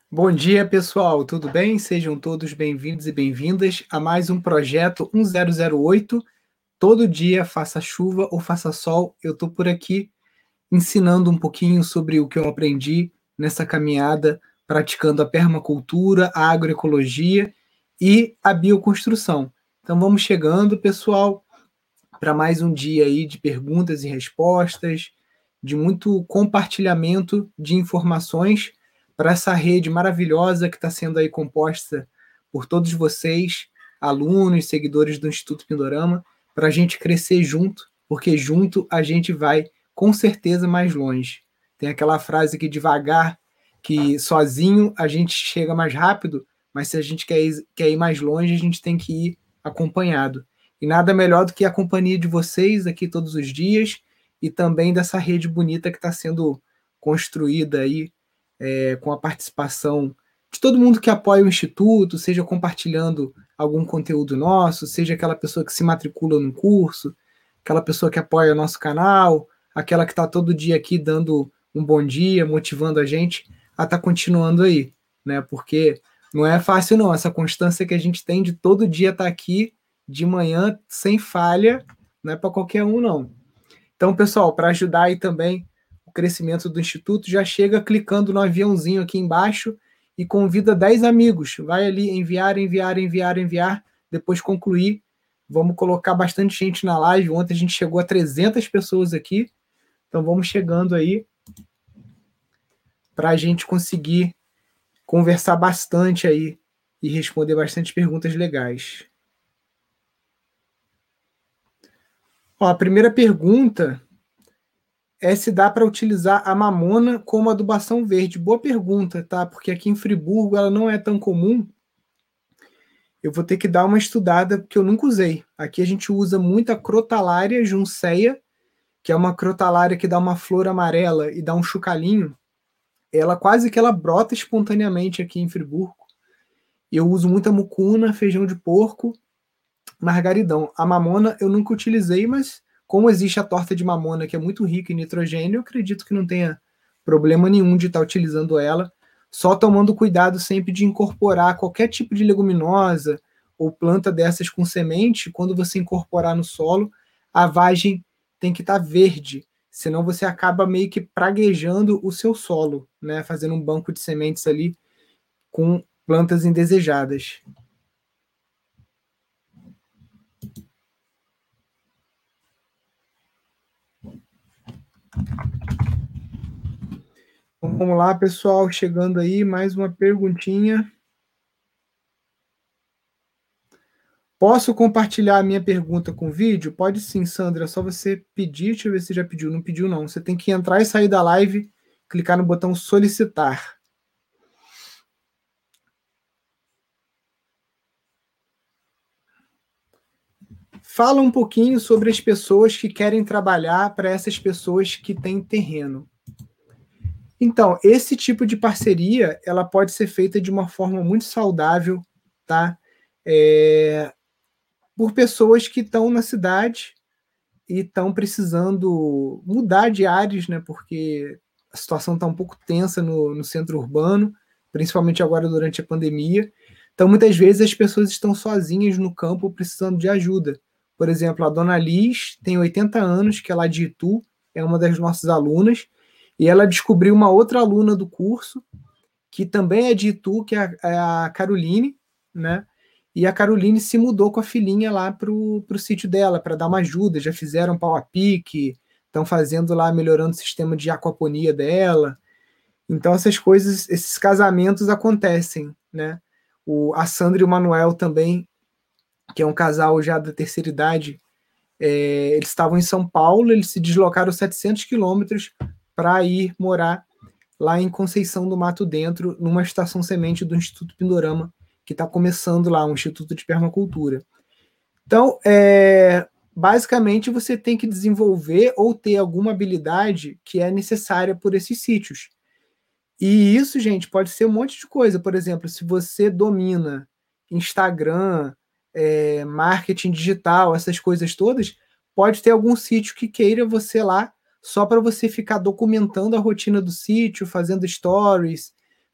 Bom dia, pessoal. Tudo bem? Sejam todos bem-vindos e bem-vindas a mais um projeto 1008. Todo dia, faça chuva ou faça sol, eu estou por aqui ensinando um pouquinho sobre o que eu aprendi nessa caminhada, praticando a permacultura, a agroecologia e a bioconstrução. Então vamos chegando, pessoal, para mais um dia aí de perguntas e respostas, de muito compartilhamento de informações para essa rede maravilhosa que está sendo aí composta por todos vocês, alunos, seguidores do Instituto Pindorama, para a gente crescer junto, porque junto a gente vai com certeza mais longe. Tem aquela frase que devagar, que sozinho a gente chega mais rápido, mas se a gente quer ir mais longe, a gente tem que ir acompanhado. E nada melhor do que a companhia de vocês aqui todos os dias e também dessa rede bonita que está sendo construída aí com a participação de todo mundo que apoia o Instituto, seja compartilhando algum conteúdo nosso, seja aquela pessoa que se matricula num curso, aquela pessoa que apoia o nosso canal, aquela que está todo dia aqui dando um bom dia, motivando a gente a estar continuando aí, né? Porque não é fácil não, essa constância que a gente tem de todo dia estar aqui de manhã sem falha, não é para qualquer um não. Então, pessoal, para ajudar aí também o crescimento do Instituto, já chega clicando no aviãozinho aqui embaixo e convida 10 amigos. Vai ali enviar, enviar, enviar, enviar, depois concluir. Vamos colocar bastante gente na live. Ontem a gente chegou a 300 pessoas aqui. Então vamos chegando aí para a gente conseguir conversar bastante aí e responder bastante perguntas legais. Ó, a primeira pergunta é se dá para utilizar a mamona como adubação verde. Boa pergunta, tá? Porque aqui em Friburgo ela não é tão comum. Eu vou ter que dar uma estudada, porque eu nunca usei. Aqui a gente usa muita Crotalária junceia, que é uma crotalária que dá uma flor amarela e dá um chocalhinho. Ela quase que ela brota espontaneamente aqui em Friburgo. Eu uso muita mucuna, feijão de porco, margaridão. A mamona eu nunca utilizei, mas como existe a torta de mamona que é muito rica em nitrogênio, eu acredito que não tenha problema nenhum de estar utilizando ela, só tomando cuidado sempre de incorporar qualquer tipo de leguminosa ou planta dessas com semente, quando você incorporar no solo, a vagem tem que estar verde, senão você acaba meio que praguejando o seu solo, né, fazendo um banco de sementes ali com plantas indesejadas. Então, vamos lá, pessoal, chegando aí, mais uma perguntinha. Posso compartilhar a minha pergunta com vídeo? Pode sim, Sandra, é só você pedir, deixa eu ver se já pediu. Não pediu, não. Você tem que entrar e sair da live, clicar no botão solicitar. Fala um pouquinho sobre as pessoas que querem trabalhar para essas pessoas que têm terreno. Então, esse tipo de parceria, ela pode ser feita de uma forma muito saudável, tá? Por pessoas que estão na cidade e estão precisando mudar de áreas, né? Porque a situação está um pouco tensa no centro urbano, principalmente agora durante a pandemia. Então, muitas vezes as pessoas estão sozinhas no campo precisando de ajuda. Por exemplo, a dona Liz tem 80 anos, que é lá de Itu, é uma das nossas alunas, e ela descobriu uma outra aluna do curso, que também é de Itu, que é a Caroline, né? E a Caroline se mudou com a filhinha lá pro sítio dela para dar uma ajuda. Já fizeram pau a pique, estão fazendo lá, melhorando o sistema de aquaponia dela. Então essas coisas, esses casamentos acontecem, né? A Sandra e o Manuel também, que é um casal já da terceira idade, eles estavam em São Paulo, eles se deslocaram 700 quilômetros para ir morar lá em Conceição do Mato Dentro, numa estação semente do Instituto Pindorama, que está começando lá, um Instituto de Permacultura. Então, basicamente, você tem que desenvolver ou ter alguma habilidade que é necessária por esses sítios. E isso, gente, pode ser um monte de coisa. Por exemplo, se você domina Instagram, marketing digital, essas coisas todas, pode ter algum sítio que queira você lá só para você ficar documentando a rotina do sítio, fazendo stories,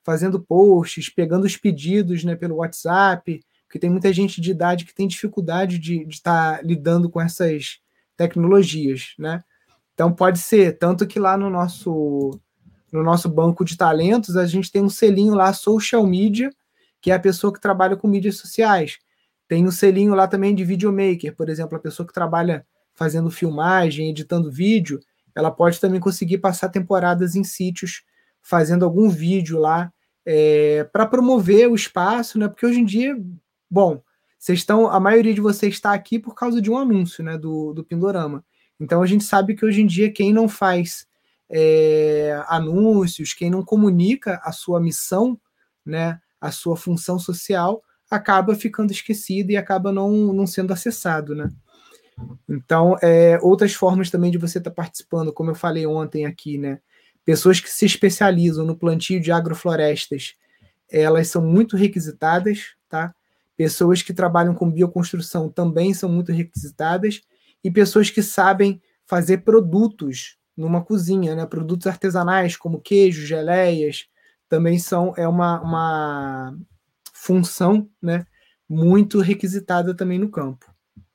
fazendo posts, pegando os pedidos, né, pelo WhatsApp, porque tem muita gente de idade que tem dificuldade de estar lidando com essas tecnologias, né? Então pode ser, tanto que lá no nosso banco de talentos, a gente tem um selinho lá, social media, que é a pessoa que trabalha com mídias sociais. Tem um selinho lá também de videomaker, por exemplo, a pessoa que trabalha fazendo filmagem, editando vídeo, ela pode também conseguir passar temporadas em sítios, fazendo algum vídeo lá, para promover o espaço, né? Porque hoje em dia, bom, a maioria de vocês está aqui por causa de um anúncio, né, do Pindorama. Então a gente sabe que hoje em dia quem não faz anúncios, quem não comunica a sua missão, né, a sua função social, acaba ficando esquecido e acaba não sendo acessado, né? Então, outras formas também de você estar participando, como eu falei ontem aqui, né? Pessoas que se especializam no plantio de agroflorestas, elas são muito requisitadas, tá? Pessoas que trabalham com bioconstrução também são muito requisitadas, e pessoas que sabem fazer produtos numa cozinha, né? Produtos artesanais como queijo, geleias, também uma função, né, muito requisitada também no campo.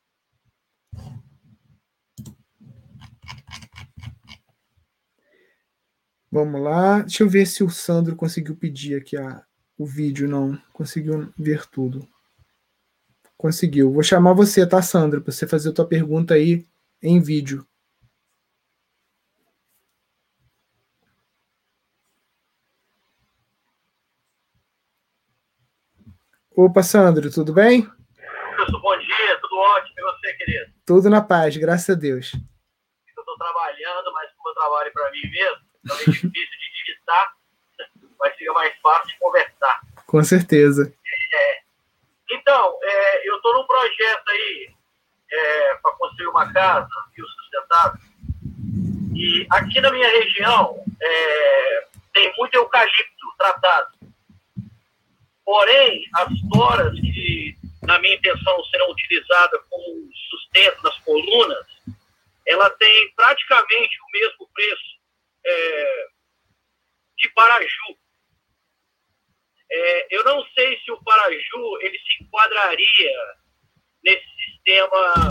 Vamos lá. Deixa eu ver se o Sandro conseguiu pedir aqui o vídeo. Não, conseguiu ver tudo. Conseguiu. Vou chamar você, tá, Sandro, para você fazer a tua pergunta aí em vídeo. Opa, Sandro, tudo bem? Bom dia, tudo ótimo. E você, querido? Tudo na paz, graças a Deus. Eu estou trabalhando, mas como eu trabalho para mim mesmo, então é difícil de digitar, mas fica mais fácil de conversar. Com certeza. Então, eu estou num projeto aí para construir uma casa biosustentável. E aqui na minha região tem muito eucalipto tratado. Porém, as toras que, na minha intenção, serão utilizadas como sustento nas colunas, ela tem praticamente o mesmo preço de Paraju. Eu não sei se o Paraju ele se enquadraria nesse sistema,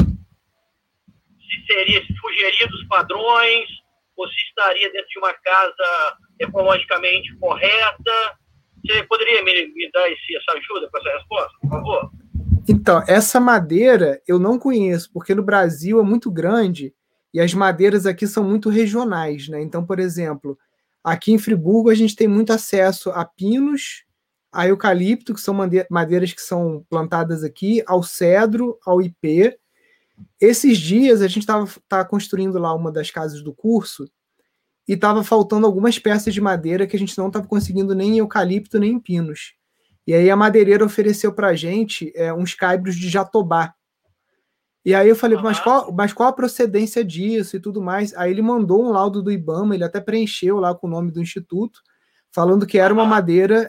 se fugiria dos padrões, ou se estaria dentro de uma casa ecologicamente correta. Você poderia me dar essa ajuda com essa resposta, por favor? Então, essa madeira eu não conheço, porque no Brasil é muito grande e as madeiras aqui são muito regionais, né? Então, por exemplo, aqui em Friburgo a gente tem muito acesso a pinos, a eucalipto, que são madeiras que são plantadas aqui, ao cedro, ao ipê. Esses dias a gente estava construindo lá uma das casas do curso e estava faltando algumas peças de madeira que a gente não estava conseguindo nem em eucalipto nem em pinos. E aí a madeireira ofereceu para a gente uns caibros de jatobá. E aí eu falei, mas qual a procedência disso e tudo mais? Aí ele mandou um laudo do IBAMA, ele até preencheu lá com o nome do instituto, falando que era uma madeira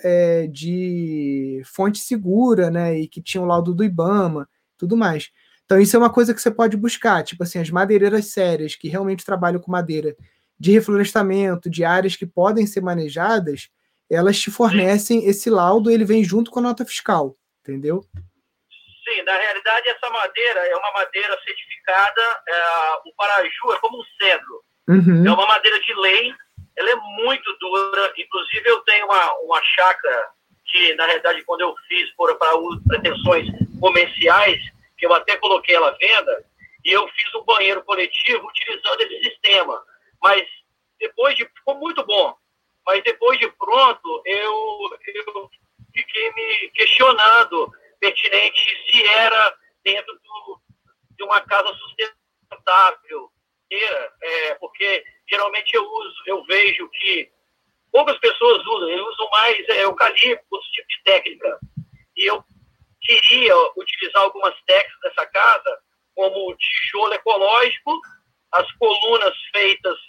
de fonte segura, né? E que tinha o laudo do IBAMA, tudo mais. Então isso é uma coisa que você pode buscar, tipo assim, as madeireiras sérias que realmente trabalham com madeira de reflorestamento, de áreas que podem ser manejadas, elas te fornecem esse laudo, ele vem junto com a nota fiscal, entendeu? Sim, na realidade essa madeira é uma madeira certificada, o Paraju é como um cedro. Uhum. É uma madeira de lei, ela é muito dura, inclusive eu tenho uma chácara que, na realidade, quando eu fiz para pretensões comerciais, que eu até coloquei ela à venda, e eu fiz um banheiro coletivo utilizando esse sistema. Mas ficou muito bom, mas depois de pronto, eu fiquei me questionando pertinente se era dentro de uma casa sustentável, porque geralmente eu vejo que poucas pessoas usam, eles usam mais eucalipto, outro tipo de técnica. E eu queria utilizar algumas técnicas dessa casa, como tijolo ecológico, as colunas feitas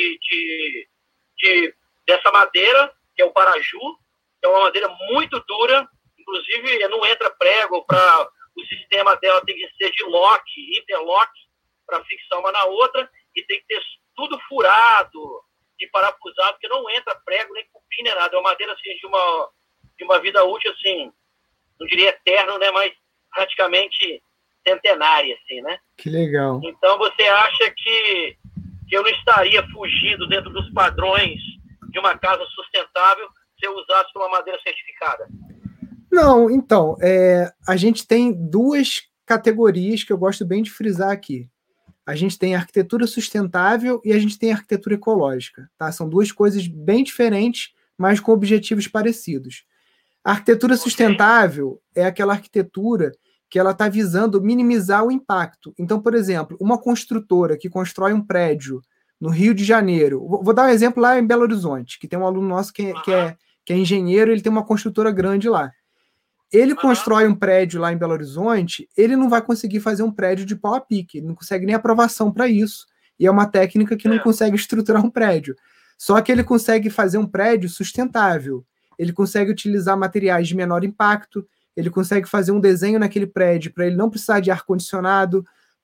dessa madeira, que é o Paraju, que é uma madeira muito dura, inclusive não entra prego, o sistema dela tem que ser de lock, interlock, para fixar uma na outra, e tem que ter tudo furado e parafusado, porque não entra prego nem com cupim, né, nada. É uma madeira, assim, de uma vida útil, assim, não diria eterna, né, mas praticamente centenária, assim, né? Que legal. Então, você acha que eu não estaria fugindo dentro dos padrões de uma casa sustentável se eu usasse uma madeira certificada? Não, então, a gente tem duas categorias que eu gosto bem de frisar aqui. A gente tem a arquitetura sustentável e a gente tem a arquitetura ecológica, tá? São duas coisas bem diferentes, mas com objetivos parecidos. A arquitetura sustentável é aquela arquitetura que ela está visando minimizar o impacto. Então, por exemplo, uma construtora que constrói um prédio no Rio de Janeiro, vou dar um exemplo lá em Belo Horizonte, que tem um aluno nosso que é engenheiro, ele tem uma construtora grande lá. Ele constrói um prédio lá em Belo Horizonte, ele não vai conseguir fazer um prédio de pau a pique, ele não consegue nem aprovação para isso. E é uma técnica que não consegue estruturar um prédio. Só que ele consegue fazer um prédio sustentável. Ele consegue utilizar materiais de menor impacto, ele consegue fazer um desenho naquele prédio para ele não precisar de ar-condicionado,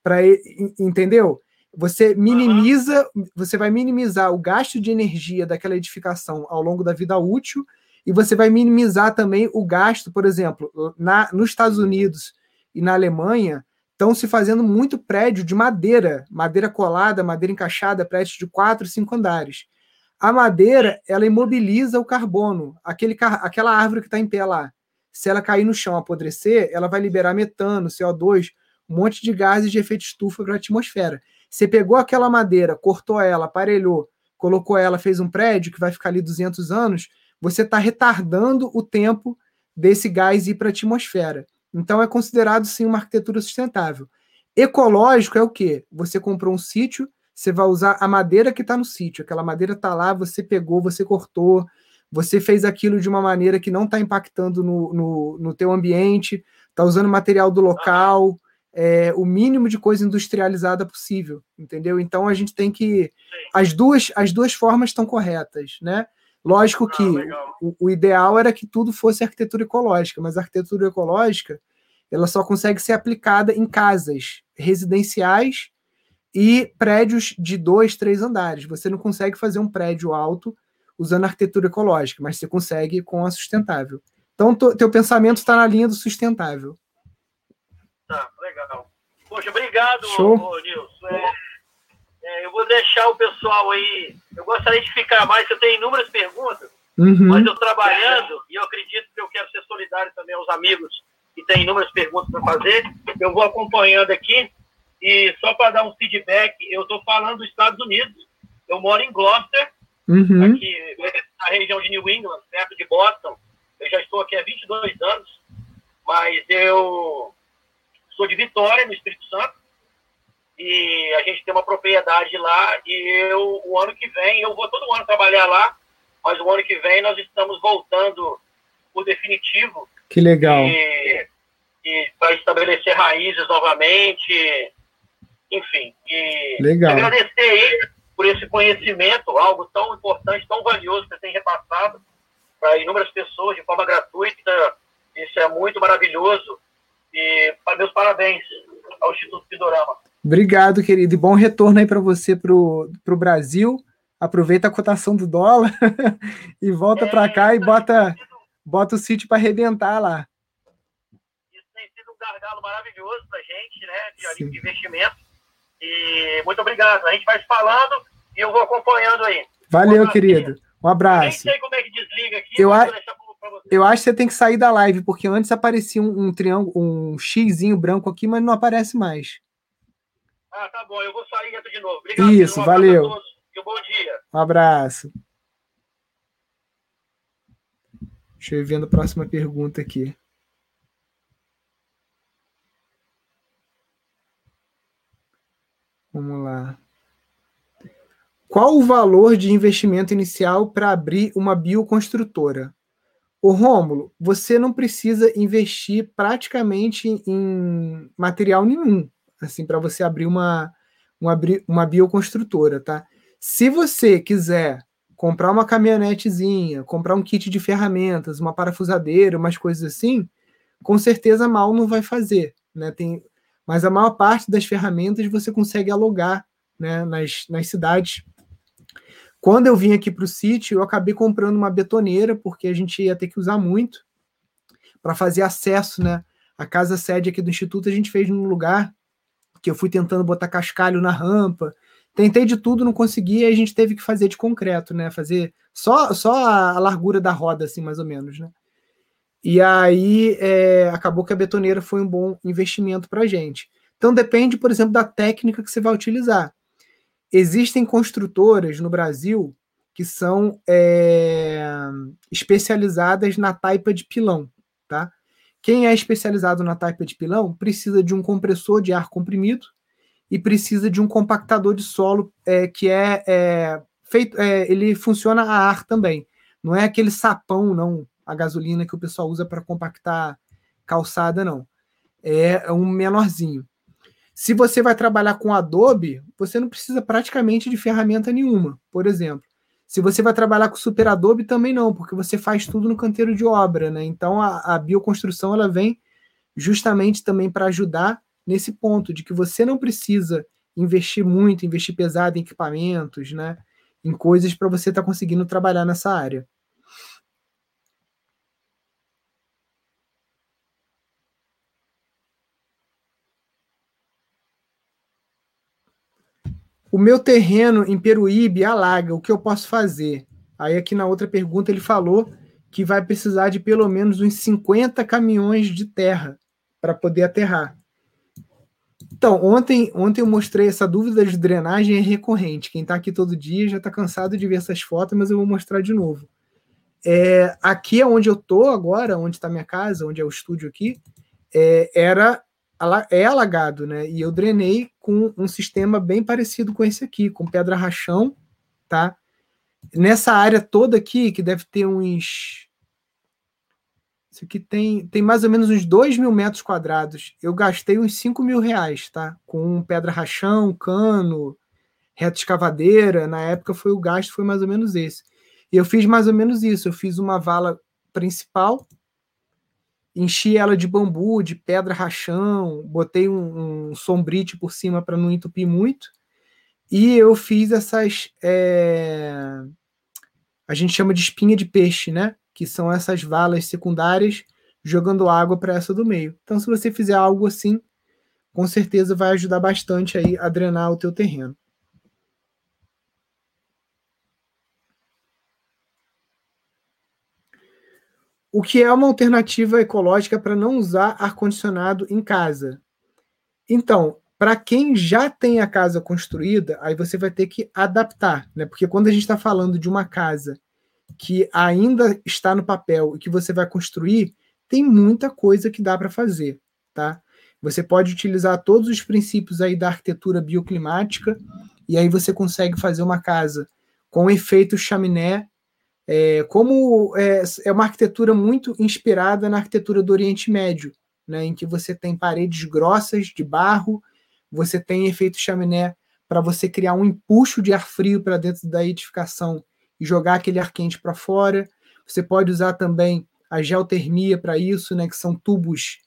entendeu? Você vai minimizar o gasto de energia daquela edificação ao longo da vida útil, e você vai minimizar também o gasto, por exemplo, nos Estados Unidos e na Alemanha, estão se fazendo muito prédio de madeira colada, madeira encaixada, prédios de 4, 5 andares. A madeira, ela imobiliza o carbono, aquela árvore que está em pé lá. Se ela cair no chão, apodrecer, ela vai liberar metano, CO2, um monte de gases de efeito estufa para a atmosfera. Você pegou aquela madeira, cortou ela, aparelhou, colocou ela, fez um prédio que vai ficar ali 200 anos, você está retardando o tempo desse gás ir para a atmosfera. Então é considerado, sim, uma arquitetura sustentável. Ecológico é o quê? Você comprou um sítio, você vai usar a madeira que está no sítio. Aquela madeira está lá, você pegou, você cortou, você fez aquilo de uma maneira que não está impactando no teu ambiente, está usando material do local, o mínimo de coisa industrializada possível, entendeu? Então a gente tem que... As duas formas estão corretas, né? Lógico que o ideal era que tudo fosse arquitetura ecológica, mas a arquitetura ecológica ela só consegue ser aplicada em casas residenciais e prédios de 2, 3 andares. Você não consegue fazer um prédio alto usando arquitetura ecológica, mas você consegue com a sustentável. Então, teu pensamento está na linha do sustentável. Tá, legal. Poxa, obrigado, Nilson. Eu vou deixar o pessoal aí. Eu gostaria de ficar mais, eu tenho inúmeras perguntas, mas eu trabalhando, e eu acredito que eu quero ser solidário também aos amigos que têm inúmeras perguntas para fazer. Eu vou acompanhando aqui, e só para dar um feedback, eu estou falando dos Estados Unidos. Eu moro em Gloucester, aqui na região de New England, perto de Boston. Eu já estou aqui há 22 anos, mas eu sou de Vitória, no Espírito Santo. E a gente tem uma propriedade lá, e o ano que vem, eu vou todo ano trabalhar lá, mas o ano que vem nós estamos voltando por definitivo. Que legal. E para estabelecer raízes novamente, enfim. E legal. Agradecer aí por esse conhecimento, algo tão importante, tão valioso que você tem repassado para inúmeras pessoas de forma gratuita. Isso é muito maravilhoso. E meus parabéns ao Instituto Pindorama. Obrigado, querido. E bom retorno aí para você pro Brasil. Aproveita a cotação do dólar e volta para cá e bota o sítio para arrebentar lá. Isso tem sido um gargalo maravilhoso para a gente, né, de investimento. E muito obrigado. A gente vai se falando e eu vou acompanhando aí. Valeu, querido. Um abraço. Eu nem sei como é que desliga aqui. Eu acho que você tem que sair da live, porque antes aparecia um triângulo, um xizinho branco aqui, mas não aparece mais. Ah, tá bom. Eu vou sair e entro de novo. Obrigado. Isso, valeu. A todos e um bom dia. Um abraço. Deixa eu ir vendo a próxima pergunta aqui. Vamos lá. Qual o valor de investimento inicial para abrir uma bioconstrutora? Ô, Rômulo, você não precisa investir praticamente em material nenhum, assim, para você abrir uma bioconstrutora, tá? Se você quiser comprar uma caminhonetezinha, comprar um kit de ferramentas, uma parafusadeira, umas coisas assim, com certeza mal não vai fazer, né? Mas a maior parte das ferramentas você consegue alugar, né, nas cidades. Quando eu vim aqui para o sítio, eu acabei comprando uma betoneira, porque a gente ia ter que usar muito para fazer acesso, né? A casa sede aqui do Instituto a gente fez num lugar que eu fui tentando botar cascalho na rampa. Tentei de tudo, não consegui, e a gente teve que fazer de concreto, né? Fazer só a largura da roda, assim, mais ou menos, né? E aí acabou que a betoneira foi um bom investimento para a gente. Então depende, por exemplo, da técnica que você vai utilizar. Existem construtoras no Brasil que são especializadas na taipa de pilão, tá? Quem é especializado na taipa de pilão precisa de um compressor de ar comprimido e precisa de um compactador de solo que feito, ele funciona a ar também. Não é aquele sapão, não, a gasolina que o pessoal usa para compactar calçada, não. É um menorzinho. Se você vai trabalhar com Adobe, você não precisa praticamente de ferramenta nenhuma, por exemplo. Se você vai trabalhar com Super Adobe, também não, porque você faz tudo no canteiro de obra, né? Então a bioconstrução ela vem justamente também para ajudar nesse ponto de que você não precisa investir muito, investir pesado em equipamentos, né? Em coisas para você estar conseguindo trabalhar nessa área. O meu terreno em Peruíbe alaga, o que eu posso fazer? Aí aqui na outra pergunta ele falou que vai precisar de pelo menos uns 50 caminhões de terra para poder aterrar. Então, ontem eu mostrei essa dúvida de drenagem é recorrente. Quem está aqui todo dia já está cansado de ver essas fotos, mas eu vou mostrar de novo. Aqui é onde eu estou agora, onde está minha casa, onde é o estúdio aqui, é alagado, né? E eu drenei com um sistema bem parecido com esse aqui, com pedra rachão, tá? Nessa área toda aqui, que deve ter uns... Isso aqui tem mais ou menos uns 2.000 metros quadrados. Eu gastei uns 5 mil reais, tá? Com pedra rachão, cano, reta escavadeira. Na época o gasto foi mais ou menos esse. E eu fiz mais ou menos isso. Eu fiz uma vala principal, enchi ela de bambu, de pedra rachão, botei um sombrite por cima para não entupir muito. E eu fiz essas... a gente chama de espinha de peixe, né? Que são essas valas secundárias jogando água para essa do meio. Então, se você fizer algo assim, com certeza vai ajudar bastante aí a drenar o teu terreno. O que é uma alternativa ecológica para não usar ar-condicionado em casa? Então, para quem já tem a casa construída, aí você vai ter que adaptar, né? Porque quando a gente está falando de uma casa que ainda está no papel e que você vai construir, tem muita coisa que dá para fazer, tá? Você pode utilizar todos os princípios aí da arquitetura bioclimática e aí você consegue fazer uma casa com efeito chaminé, como é uma arquitetura muito inspirada na arquitetura do Oriente Médio, né, em que você tem paredes grossas de barro, você tem efeito chaminé para você criar um empuxo de ar frio para dentro da edificação e jogar aquele ar quente para fora. Você pode usar também a geotermia para isso, né, que são tubos,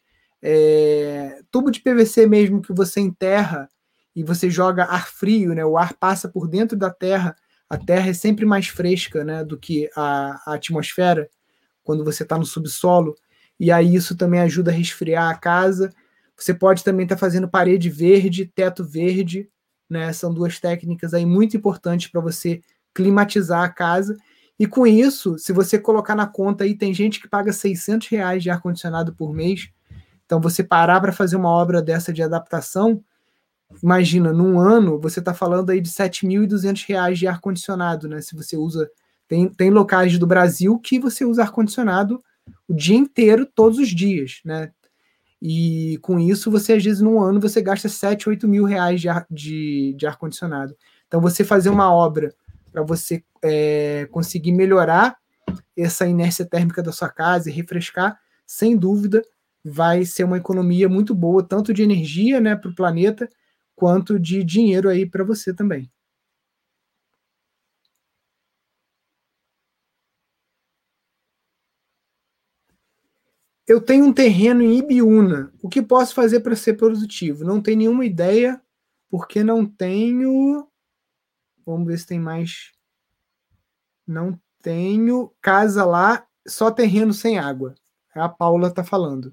tubo de PVC mesmo que você enterra e você joga ar frio, né, o ar passa por dentro da terra. A terra é sempre mais fresca, né, do que a atmosfera quando você está no subsolo, e aí isso também ajuda a resfriar a casa. Você pode também estar fazendo parede verde, teto verde, né? São duas técnicas aí muito importantes para você climatizar a casa. E com isso, se você colocar na conta aí, tem gente que paga R$ 600 de ar-condicionado por mês. Então, você parar para fazer uma obra dessa de adaptação, imagina, num ano, você está falando aí de R$ 7.200 de ar-condicionado, né? Se você usa... Tem locais do Brasil que você usa ar-condicionado o dia inteiro, todos os dias, né? E com isso, você, às vezes, num ano, você gasta 7, 8 mil reais de ar-condicionado. Então, você fazer uma obra para você conseguir melhorar essa inércia térmica da sua casa e refrescar, sem dúvida, vai ser uma economia muito boa, tanto de energia, né, para o planeta, quanto de dinheiro aí para você também. Eu tenho um terreno em Ibiúna. O que posso fazer para ser produtivo? Não tenho nenhuma ideia, porque não tenho... Vamos ver se tem mais... Não tenho casa lá, só terreno sem água. A Paula está falando.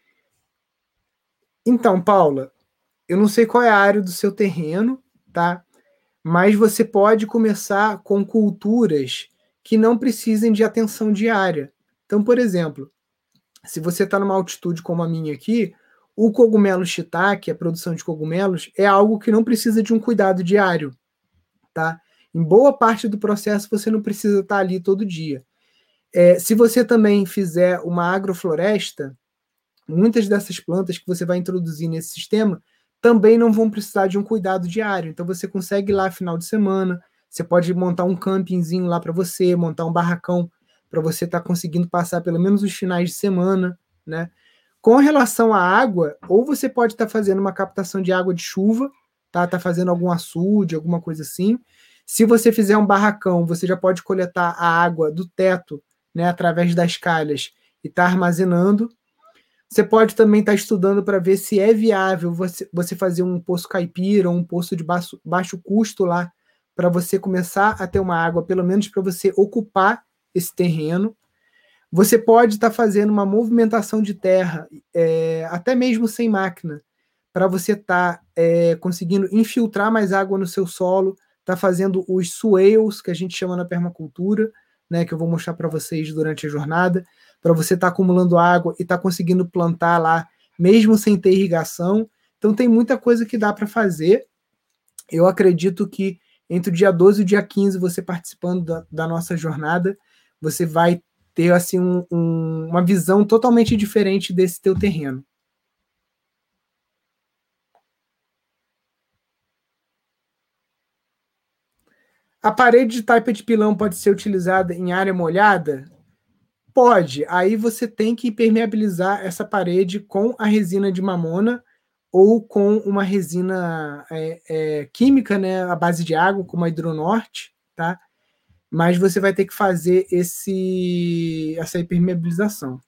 Então, Paula, eu não sei qual é a área do seu terreno, tá? Mas você pode começar com culturas que não precisem de atenção diária. Então, por exemplo, se você está numa altitude como a minha aqui, o cogumelo shiitake, a produção de cogumelos, é algo que não precisa de um cuidado diário, tá? Em boa parte do processo você não precisa estar ali todo dia. Se você também fizer uma agrofloresta, muitas dessas plantas que você vai introduzir nesse sistema também não vão precisar de um cuidado diário. Então você consegue ir lá final de semana, você pode montar um campingzinho lá para você, montar um barracão para você estar conseguindo passar pelo menos os finais de semana, né? Com relação à água, ou você pode estar fazendo uma captação de água de chuva, tá fazendo algum açude, alguma coisa assim. Se você fizer um barracão, você já pode coletar a água do teto, né, através das calhas e estar armazenando. Você pode também estar estudando para ver se é viável você fazer um poço caipira ou um poço de baixo custo lá, para você começar a ter uma água, pelo menos para você ocupar esse terreno. Você pode estar fazendo uma movimentação de terra, até mesmo sem máquina, para você estar conseguindo infiltrar mais água no seu solo, tá fazendo os swales, que a gente chama na permacultura, né, que eu vou mostrar para vocês durante a jornada, para você estar acumulando água e estar conseguindo plantar lá, mesmo sem ter irrigação. Então tem muita coisa que dá para fazer. Eu acredito que entre o dia 12 e o dia 15, você participando da nossa jornada, você vai ter assim uma visão totalmente diferente desse teu terreno. A parede de taipa de pilão pode ser utilizada em área molhada? Pode. Aí você tem que impermeabilizar essa parede com a resina de mamona ou com uma resina química, né, à base de água, como a Hidronorte, tá? Mas você vai ter que fazer essa impermeabilização.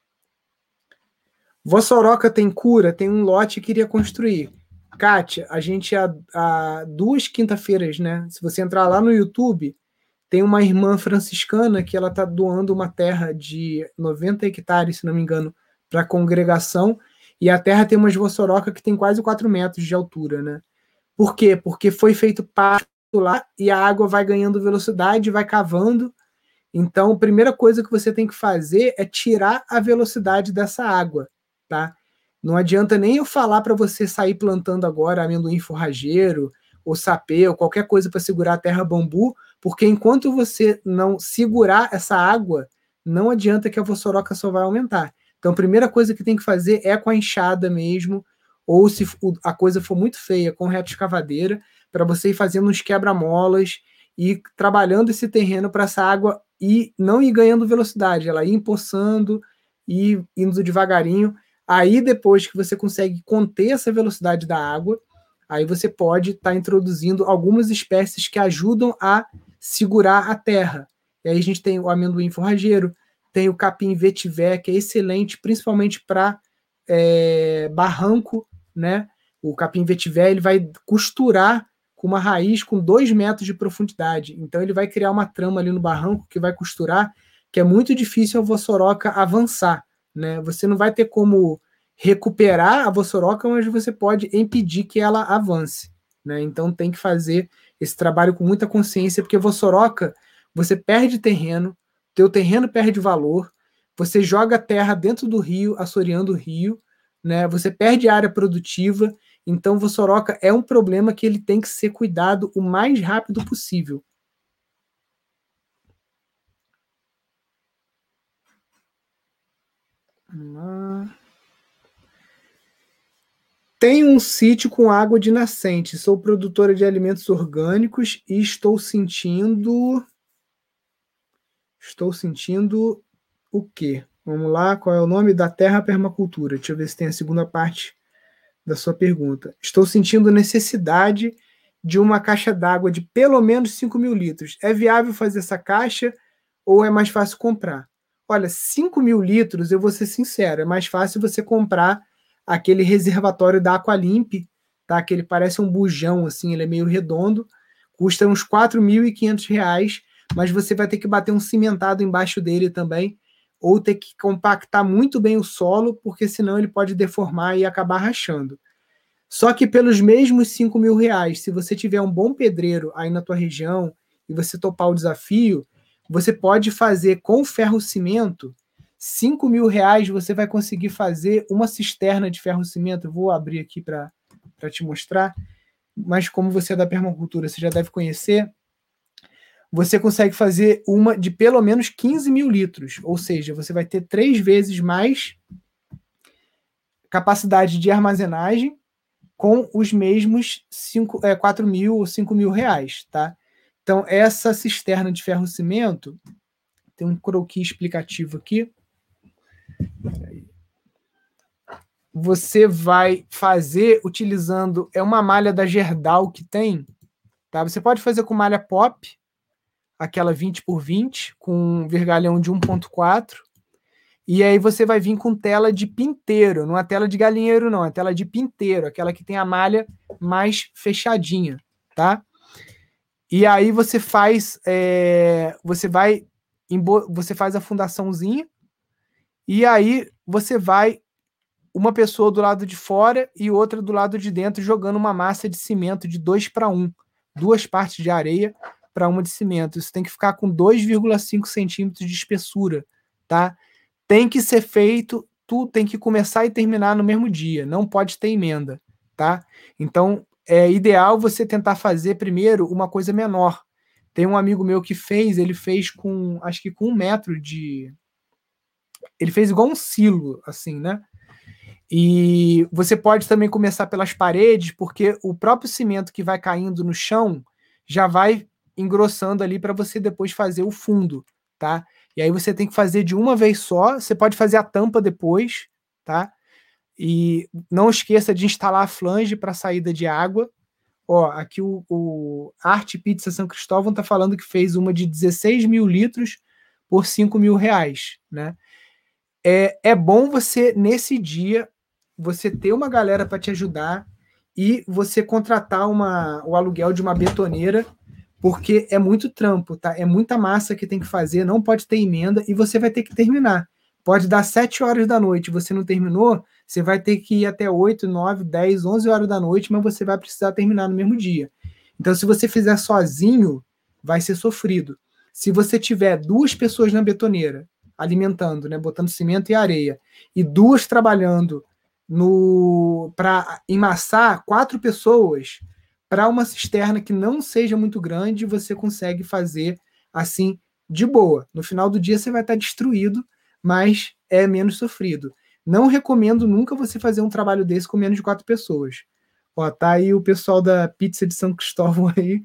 Vossoroca tem cura? Tem um lote que queria construir. Kátia, a gente há 2 quinta-feiras, né? Se você entrar lá no YouTube, tem uma irmã franciscana que ela está doando uma terra de 90 hectares, se não me engano, para a congregação, e a terra tem umas vossoroca que tem quase 4 metros de altura, né? Por quê? Porque foi feito pasto lá e a água vai ganhando velocidade, vai cavando. Então, a primeira coisa que você tem que fazer é tirar a velocidade dessa água, tá? Não adianta nem eu falar para você sair plantando agora amendoim forrageiro, ou sapê, ou qualquer coisa para segurar a terra bambu, porque enquanto você não segurar essa água, não adianta que a vossoroca só vai aumentar. Então, a primeira coisa que tem que fazer é com a enxada mesmo, ou se a coisa for muito feia, com reto escavadeira, para você ir fazendo uns quebra-molas e trabalhando esse terreno para essa água e não ir ganhando velocidade, ela ir empoçando e indo devagarinho. Aí, depois que você consegue conter essa velocidade da água, aí você pode estar introduzindo algumas espécies que ajudam a segurar a terra. E aí a gente tem o amendoim forrageiro, tem o capim vetiver, que é excelente, principalmente para barranco, né? O capim vetiver ele vai costurar com uma raiz com 2 metros de profundidade. Então ele vai criar uma trama ali no barranco que vai costurar, que é muito difícil a vossoroca avançar, né? Você não vai ter como recuperar a vossoroca, mas você pode impedir que ela avance, né? Então tem que fazer esse trabalho com muita consciência, porque vossoroca, você perde terreno, teu terreno perde valor, você joga terra dentro do rio, assoreando o rio, né? Você perde área produtiva. Então, vossoroca é um problema que ele tem que ser cuidado o mais rápido possível. Tenho um sítio com água de nascente. Sou produtora de alimentos orgânicos e estou sentindo o quê? Vamos lá, qual é o nome da terra permacultura? Deixa eu ver se tem a segunda parte da sua pergunta. Estou sentindo necessidade de uma caixa d'água de pelo menos 5.000 litros. É viável fazer essa caixa ou é mais fácil comprar? Olha, 5.000 litros, eu vou ser sincero, é mais fácil você comprar aquele reservatório da Aqualimp, tá? Que ele parece um bujão, assim, ele é meio redondo, custa uns R$ 4.500, mas você vai ter que bater um cimentado embaixo dele também, ou ter que compactar muito bem o solo, porque senão ele pode deformar e acabar rachando. Só que pelos mesmos R$ 5.000, se você tiver um bom pedreiro aí na tua região e você topar o desafio, você pode fazer com ferro-cimento. R$ 5.000 você vai conseguir fazer uma cisterna de ferro-cimento. Eu vou abrir aqui para te mostrar, mas como você é da permacultura, você já deve conhecer. Você consegue fazer uma de pelo menos 15.000 litros, ou seja, você vai ter 3 vezes mais capacidade de armazenagem com os mesmos 4.000 ou R$ 5.000, tá? Então, essa cisterna de ferro-cimento, tem um croquis explicativo aqui. Você vai fazer utilizando, é uma malha da Gerdau que tem, tá? Você pode fazer com malha pop, aquela 20x20, com um vergalhão de 1.4, e aí você vai vir com tela de pinteiro, não é tela de galinheiro não, é tela de pinteiro, aquela que tem a malha mais fechadinha, tá? E aí você faz, você faz a fundaçãozinha, e aí você vai uma pessoa do lado de fora e outra do lado de dentro jogando uma massa de cimento de 2:1, 2 partes de areia para uma de cimento. Isso tem que ficar com 2,5 centímetros de espessura, tá? Tem que ser feito, tudo tem que começar e terminar no mesmo dia, não pode ter emenda, tá? Então, é ideal você tentar fazer primeiro uma coisa menor. Tem um amigo meu que ele fez com, acho que com 1 metro de... Ele fez igual um silo, assim, né? E você pode também começar pelas paredes, porque o próprio cimento que vai caindo no chão já vai engrossando ali para você depois fazer o fundo, tá? E aí você tem que fazer de uma vez só, você pode fazer a tampa depois, tá? E não esqueça de instalar a flange para saída de água. Ó, aqui o Arte Pizza São Cristóvão tá falando que fez uma de 16.000 litros por R$ 5.000, né? É bom você, nesse dia, você ter uma galera para te ajudar e você contratar o aluguel de uma betoneira, porque é muito trampo, tá? É muita massa que tem que fazer, não pode ter emenda e você vai ter que terminar. Pode dar 7 horas da noite, você não terminou, você vai ter que ir até 8, 9, 10, 11 horas da noite, mas você vai precisar terminar no mesmo dia. Então, se você fizer sozinho, vai ser sofrido. Se você tiver 2 pessoas na betoneira, alimentando, né, botando cimento e areia, e 2 trabalhando para emassar 4 pessoas para uma cisterna que não seja muito grande, você consegue fazer assim de boa. No final do dia você vai estar destruído, mas é menos sofrido. Não recomendo nunca você fazer um trabalho desse com menos de 4 pessoas. Ó, tá aí o pessoal da Pizza de São Cristóvão aí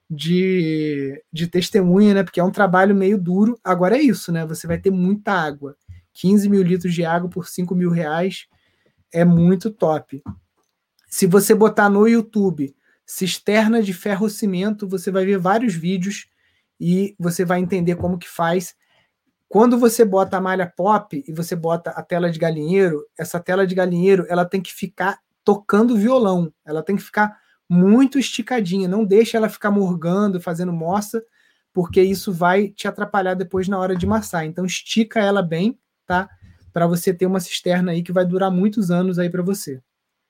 de testemunha, né? Porque é um trabalho meio duro. Agora é isso, né? Você vai ter muita água. 15.000 litros de água por R$ 5.000 é muito top. Se você botar no YouTube cisterna de ferro-cimento, você vai ver vários vídeos e você vai entender como que faz. Quando você bota a malha pop e você bota a tela de galinheiro, essa tela de galinheiro ela tem que ficar tocando violão, ela tem que ficar muito esticadinha, não deixa ela ficar morgando, fazendo moça, porque isso vai te atrapalhar depois na hora de amassar. Então estica ela bem, tá? Para você ter uma cisterna aí que vai durar muitos anos aí para você.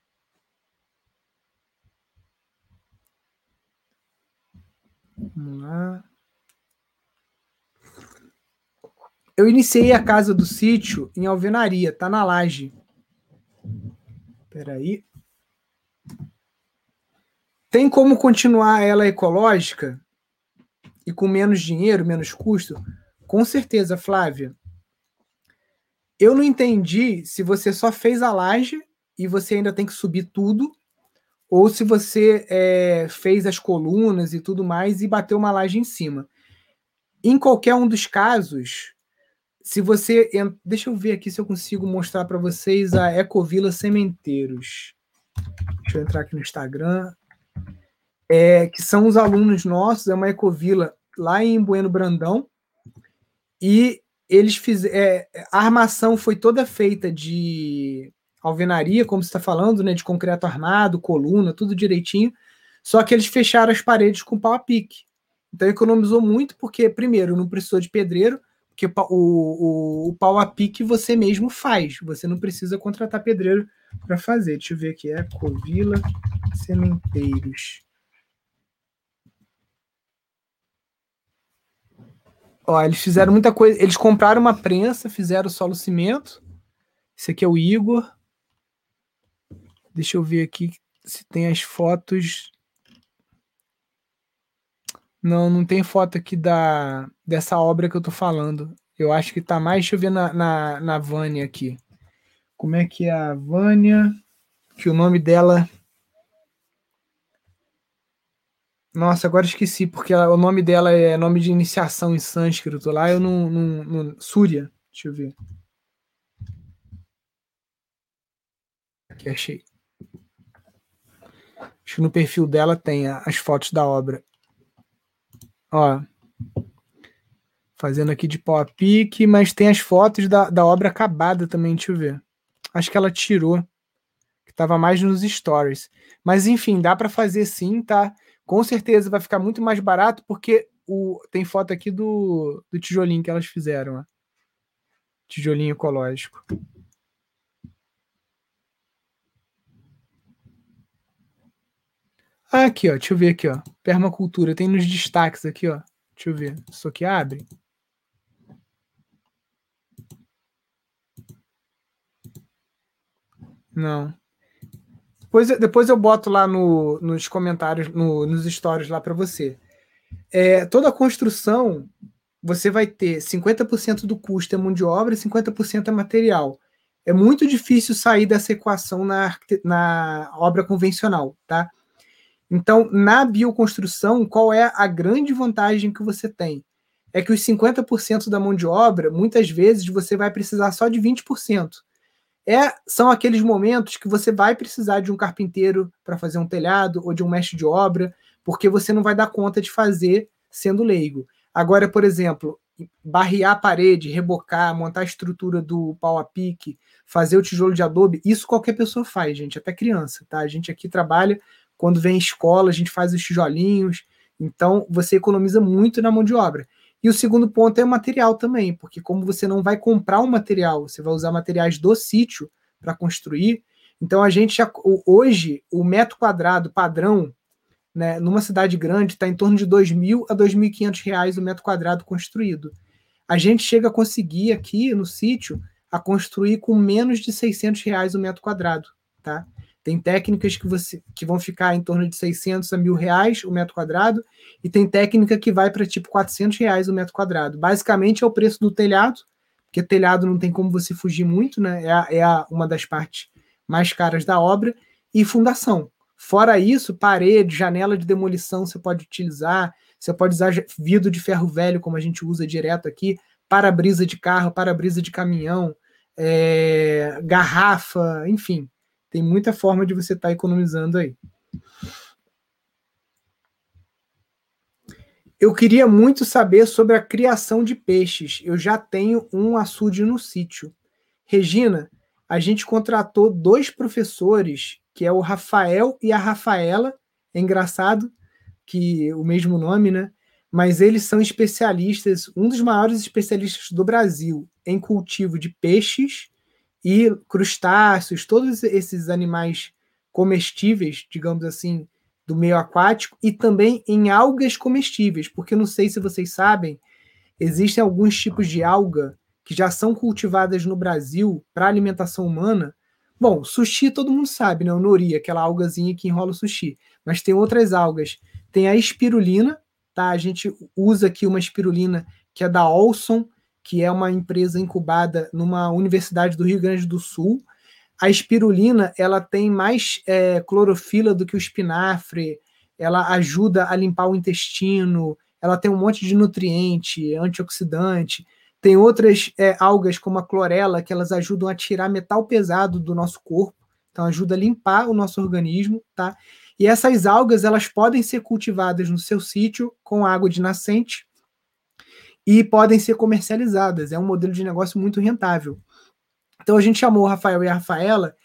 Vamos lá. Eu iniciei a casa do sítio em alvenaria, tá na laje. Espera aí. Tem como continuar ela ecológica e com menos dinheiro, menos custo? Com certeza, Flávia. Eu não entendi se você só fez a laje e você ainda tem que subir tudo, ou se você fez as colunas e tudo mais e bateu uma laje em cima. Em qualquer um dos casos, se você... Deixa eu ver aqui se eu consigo mostrar para vocês a Ecovila Sementeiros. Deixa eu entrar aqui no Instagram. Que são os alunos nossos, é uma ecovila lá em Bueno Brandão, e eles fizeram... a armação foi toda feita de alvenaria, como você está falando, né, de concreto armado, coluna, tudo direitinho, só que eles fecharam as paredes com pau a pique. Então economizou muito, porque, primeiro, não precisou de pedreiro, porque o pau a pique você mesmo faz. Você não precisa contratar pedreiro para fazer. Deixa eu ver aqui. Ecovila Cementeiros. Ó, eles fizeram muita coisa. Eles compraram uma prensa, fizeram solo cimento. Esse aqui é o Igor. Deixa eu ver aqui se tem as fotos. Não tem foto aqui dessa obra que eu tô falando. Eu acho que tá mais. Deixa eu ver na Vânia aqui. Como é que é a Vânia? Que o nome dela. Nossa, agora esqueci, porque o nome dela é nome de iniciação em sânscrito lá. Eu não. Súria. Deixa eu ver. Aqui, achei. Acho que no perfil dela tem as fotos da obra. Ó. Fazendo aqui de pau a pique, mas tem as fotos da obra acabada também, deixa eu ver. Acho que ela tirou, que tava mais nos stories. Mas enfim, dá para fazer sim, tá? Com certeza vai ficar muito mais barato, porque tem foto aqui do tijolinho que elas fizeram, ó. Tijolinho ecológico. Ah, aqui, ó, deixa eu ver aqui, ó. Permacultura, tem nos destaques aqui, ó. Deixa eu ver. Isso aqui abre. Não. Depois eu boto lá nos comentários, nos stories lá para você. Toda construção, você vai ter 50% do custo é mão de obra e 50% é material. É muito difícil sair dessa equação na obra convencional, tá? Então, na bioconstrução, qual é a grande vantagem que você tem? É que os 50% da mão de obra, muitas vezes, você vai precisar só de 20%. São aqueles momentos que você vai precisar de um carpinteiro para fazer um telhado ou de um mestre de obra, porque você não vai dar conta de fazer sendo leigo. Agora, por exemplo, barrear a parede, rebocar, montar a estrutura do pau a pique, fazer o tijolo de adobe, isso qualquer pessoa faz, gente, até criança, tá? A gente aqui trabalha, quando vem escola, a gente faz os tijolinhos, então você economiza muito na mão de obra. E o segundo ponto é o material também, porque como você não vai comprar um material, você vai usar materiais do sítio para construir, então a gente hoje, o metro quadrado padrão, né, numa cidade grande, está em torno de R$ 2.000 a R$ 2.500 o metro quadrado construído. A gente chega a conseguir aqui no sítio a construir com menos de R$ 600 o metro quadrado, tá? Tem técnicas que vão ficar em torno de 600 a R$ 1.000 o metro quadrado, e tem técnica que vai para tipo R$ 400 o metro quadrado. Basicamente é o preço do telhado, porque telhado não tem como você fugir muito, né? Uma das partes mais caras da obra, e fundação. Fora isso, parede, janela de demolição você pode utilizar vidro de ferro velho, como a gente usa direto aqui, para-brisa de carro, para-brisa de caminhão, garrafa, enfim. Tem muita forma de você estar economizando aí. Eu queria muito saber sobre a criação de peixes. Eu já tenho um açude no sítio. Regina, a gente contratou 2 professores, que é o Rafael e a Rafaela. É engraçado que o mesmo nome, né? Mas eles são especialistas, um dos maiores especialistas do Brasil em cultivo de peixes e crustáceos, todos esses animais comestíveis, digamos assim, do meio aquático, e também em algas comestíveis, porque não sei se vocês sabem, existem alguns tipos de alga que já são cultivadas no Brasil para alimentação humana. Bom, sushi todo mundo sabe, né? O nori, aquela algazinha que enrola o sushi. Mas tem outras algas. Tem a espirulina, tá? A gente usa aqui uma espirulina que é da Olson, que é uma empresa incubada numa universidade do Rio Grande do Sul. A espirulina, ela tem mais clorofila do que o espinafre, ela ajuda a limpar o intestino, ela tem um monte de nutriente, antioxidante. Tem outras algas, como a clorela, que elas ajudam a tirar metal pesado do nosso corpo, então ajuda a limpar o nosso organismo, tá? E essas algas, elas podem ser cultivadas no seu sítio com água de nascente e podem ser comercializadas. É um modelo de negócio muito rentável. Então a gente chamou o Rafael e a Rafaela.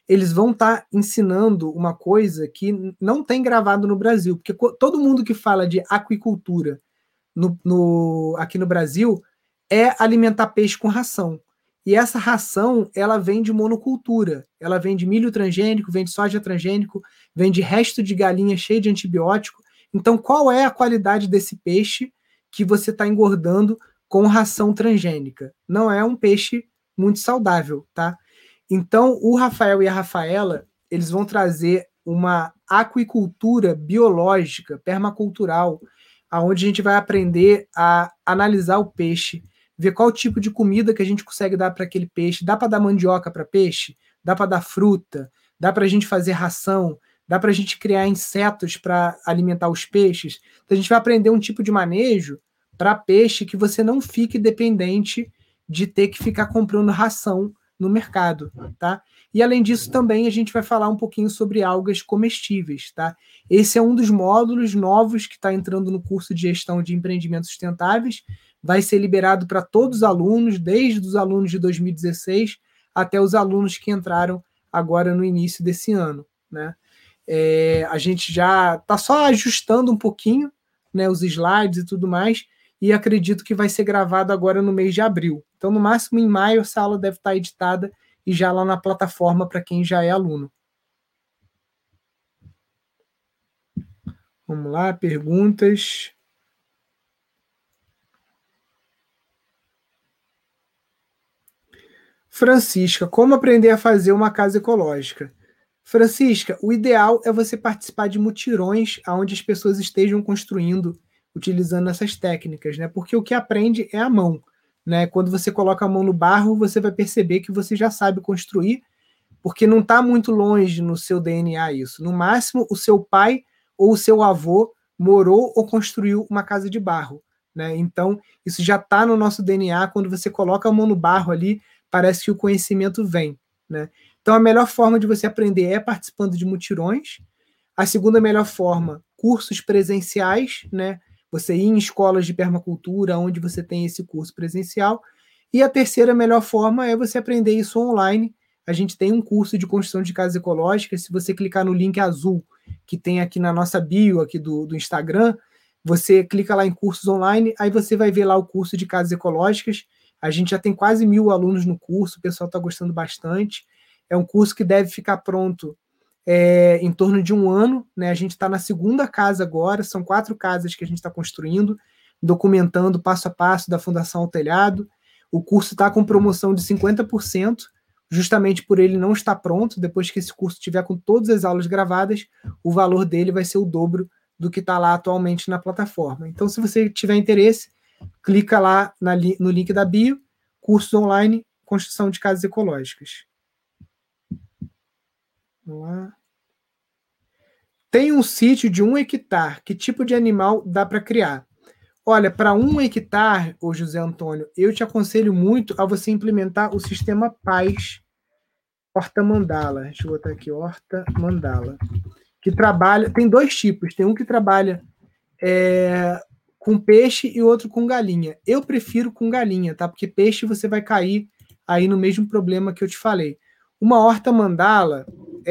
eles vão estar ensinando uma coisa que não tem gravado no Brasil, porque todo mundo que fala de aquicultura aqui no Brasil é alimentar peixe com ração. E essa ração, ela vem de monocultura. Ela vem de milho transgênico, vem de soja transgênico, vem de resto de galinha cheio de antibiótico. Então, qual é a qualidade desse peixe que você está engordando com ração transgênica? Não é um peixe muito saudável, tá? Então, o Rafael e a Rafaela, eles vão trazer uma aquicultura biológica, permacultural, aonde a gente vai aprender a analisar o peixe, ver qual tipo de comida que a gente consegue dar para aquele peixe. Dá para dar mandioca para peixe? Dá para dar fruta? Dá para a gente fazer ração? Dá para a gente criar insetos para alimentar os peixes? Então, a gente vai aprender um tipo de manejo para peixe que você não fique dependente de ter que ficar comprando ração no mercado, tá? E além disso, também a gente vai falar um pouquinho sobre algas comestíveis, tá? Esse é um dos módulos novos que está entrando no curso de gestão de empreendimentos sustentáveis. Vai ser liberado para todos os alunos, desde os alunos de 2016 até os alunos que entraram agora no início desse ano, né? A gente já está só ajustando um pouquinho, né, os slides e tudo mais, e acredito que vai ser gravado agora no mês de abril. Então, no máximo, em maio, essa aula deve estar editada e já lá na plataforma para quem já é aluno. Vamos lá, perguntas. Francisca, como aprender a fazer uma casa ecológica? Francisca, o ideal é você participar de mutirões onde as pessoas estejam construindo, utilizando essas técnicas, né? Porque o que aprende é a mão, né? Quando você coloca a mão no barro, você vai perceber que você já sabe construir, porque não está muito longe no seu DNA isso. No máximo, o seu pai ou o seu avô morou ou construiu uma casa de barro, né? Então, isso já está no nosso DNA. Quando você coloca a mão no barro ali, parece que o conhecimento vem, né? Então, a melhor forma de você aprender é participando de mutirões. A segunda melhor forma, cursos presenciais, né? Você ir em escolas de permacultura, onde você tem esse curso presencial. E a terceira melhor forma é você aprender isso online. A gente tem um curso de construção de casas ecológicas. Se você clicar no link azul que tem aqui na nossa bio aqui do Instagram, você clica lá em cursos online, aí você vai ver lá o curso de casas ecológicas. A gente já tem quase 1.000 alunos no curso, o pessoal está gostando bastante. É um curso que deve ficar pronto em torno de um ano, né? A gente está na segunda casa agora, são 4 casas que a gente está construindo, documentando passo a passo da fundação ao telhado. O curso está com promoção de 50%, justamente por ele não estar pronto. Depois que esse curso estiver com todas as aulas gravadas, o valor dele vai ser o dobro do que está lá atualmente na plataforma. Então, se você tiver interesse, clica lá no link da bio, cursos online, construção de casas ecológicas. Vamos lá. Tem um sítio de 1 hectare. Que tipo de animal dá para criar? Olha, para 1 hectare, ô José Antônio, eu te aconselho muito a você implementar o sistema PAS Horta Mandala. Deixa eu botar aqui, Horta Mandala. Que trabalha, tem 2 tipos. Tem um que trabalha com peixe e outro com galinha. Eu prefiro com galinha, tá? Porque peixe você vai cair aí no mesmo problema que eu te falei. Uma horta mandala,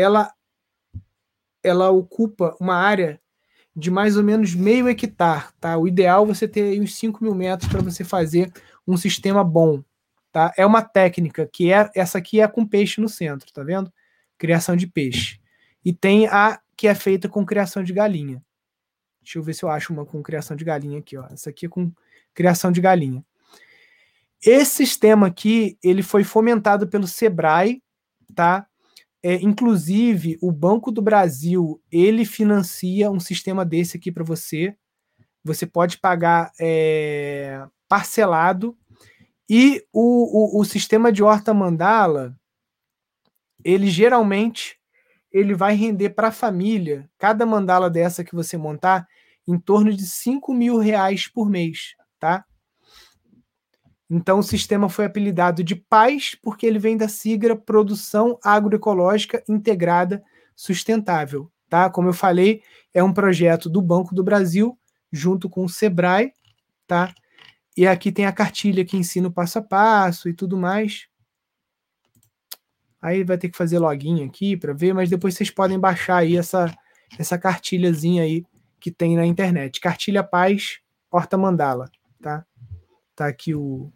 ela ocupa uma área de mais ou menos meio hectare, tá? O ideal é você ter aí uns 5.000 metros para você fazer um sistema bom, tá? É uma técnica que essa aqui é com peixe no centro, tá vendo? Criação de peixe. E tem a que é feita com criação de galinha. Deixa eu ver se eu acho uma com criação de galinha aqui, ó. Essa aqui é com criação de galinha. Esse sistema aqui, ele foi fomentado pelo Sebrae, tá? Inclusive, o Banco do Brasil, ele financia um sistema desse aqui para você. Você pode pagar parcelado. E o sistema de horta mandala, ele geralmente ele vai render para a família, cada mandala dessa que você montar, em torno de R$ 5.000 por mês, tá? Então, o sistema foi apelidado de PAS porque ele vem da sigla Produção Agroecológica Integrada Sustentável, tá? Como eu falei, é um projeto do Banco do Brasil, junto com o Sebrae, tá? E aqui tem a cartilha que ensina o passo a passo e tudo mais. Aí vai ter que fazer login aqui para ver, mas depois vocês podem baixar aí essa cartilhazinha aí que tem na internet. Cartilha Paz Horta Mandala, tá? Tá aqui o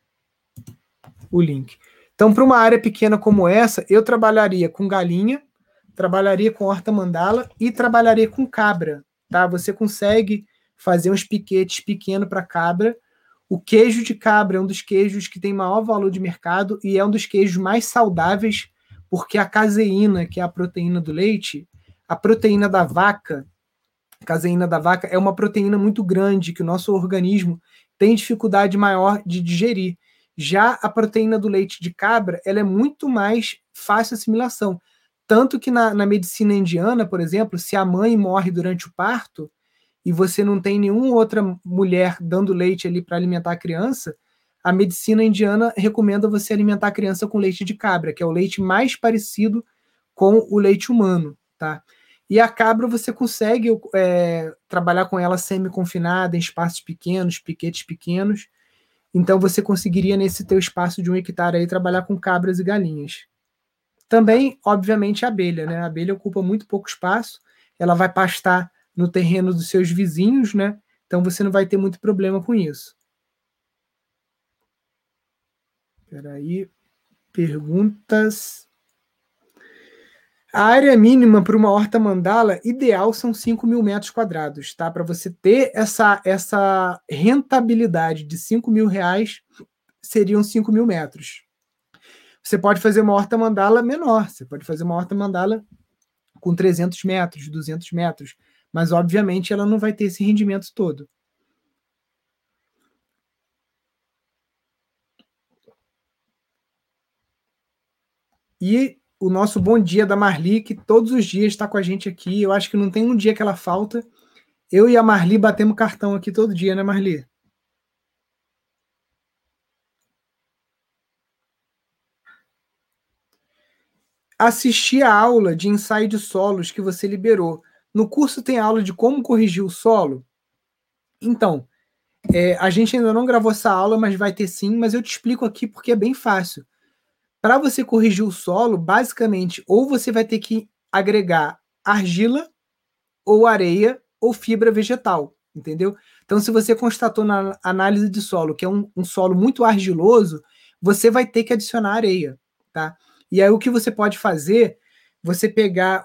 link. Então, para uma área pequena como essa, eu trabalharia com galinha, trabalharia com horta mandala e trabalharia com cabra, tá? Você consegue fazer uns piquetes pequenos para cabra. O queijo de cabra é um dos queijos que tem maior valor de mercado e é um dos queijos mais saudáveis, porque a caseína, que é a proteína do leite, a proteína da vaca, a caseína da vaca é uma proteína muito grande que o nosso organismo tem dificuldade maior de digerir. Já a proteína do leite de cabra, ela é muito mais fácil assimilação. Tanto que na medicina indiana, por exemplo, se a mãe morre durante o parto e você não tem nenhuma outra mulher dando leite ali para alimentar a criança, a medicina indiana recomenda você alimentar a criança com leite de cabra, que é o leite mais parecido com o leite humano, tá? E a cabra você consegue trabalhar com ela semi-confinada, em espaços pequenos, piquetes pequenos. Então você conseguiria, nesse teu espaço de 1 hectare aí, trabalhar com cabras e galinhas. Também, obviamente, a abelha, né? A abelha ocupa muito pouco espaço, ela vai pastar no terreno dos seus vizinhos, né? Então você não vai ter muito problema com isso. Espera aí, perguntas. A área mínima para uma horta mandala ideal são 5.000 metros quadrados, tá? Para você ter essa rentabilidade de R$ 5.000, seriam 5.000 metros. Você pode fazer uma horta mandala menor, você pode fazer uma horta mandala com 300 metros, 200 metros, mas obviamente ela não vai ter esse rendimento todo. E o nosso bom dia da Marli, que todos os dias está com a gente aqui. Eu acho que não tem um dia que ela falta. Eu e a Marli batemos cartão aqui todo dia, né, Marli? Assistir a aula de ensaio de solos que você liberou. No curso tem aula de como corrigir o solo? Então, a gente ainda não gravou essa aula, mas vai ter sim, mas eu te explico aqui porque é bem fácil. Para você corrigir o solo, basicamente, ou você vai ter que agregar argila, ou areia, ou fibra vegetal, entendeu? Então, se você constatou na análise de solo que é um solo muito argiloso, você vai ter que adicionar areia, tá? E aí o que você pode fazer, você pegar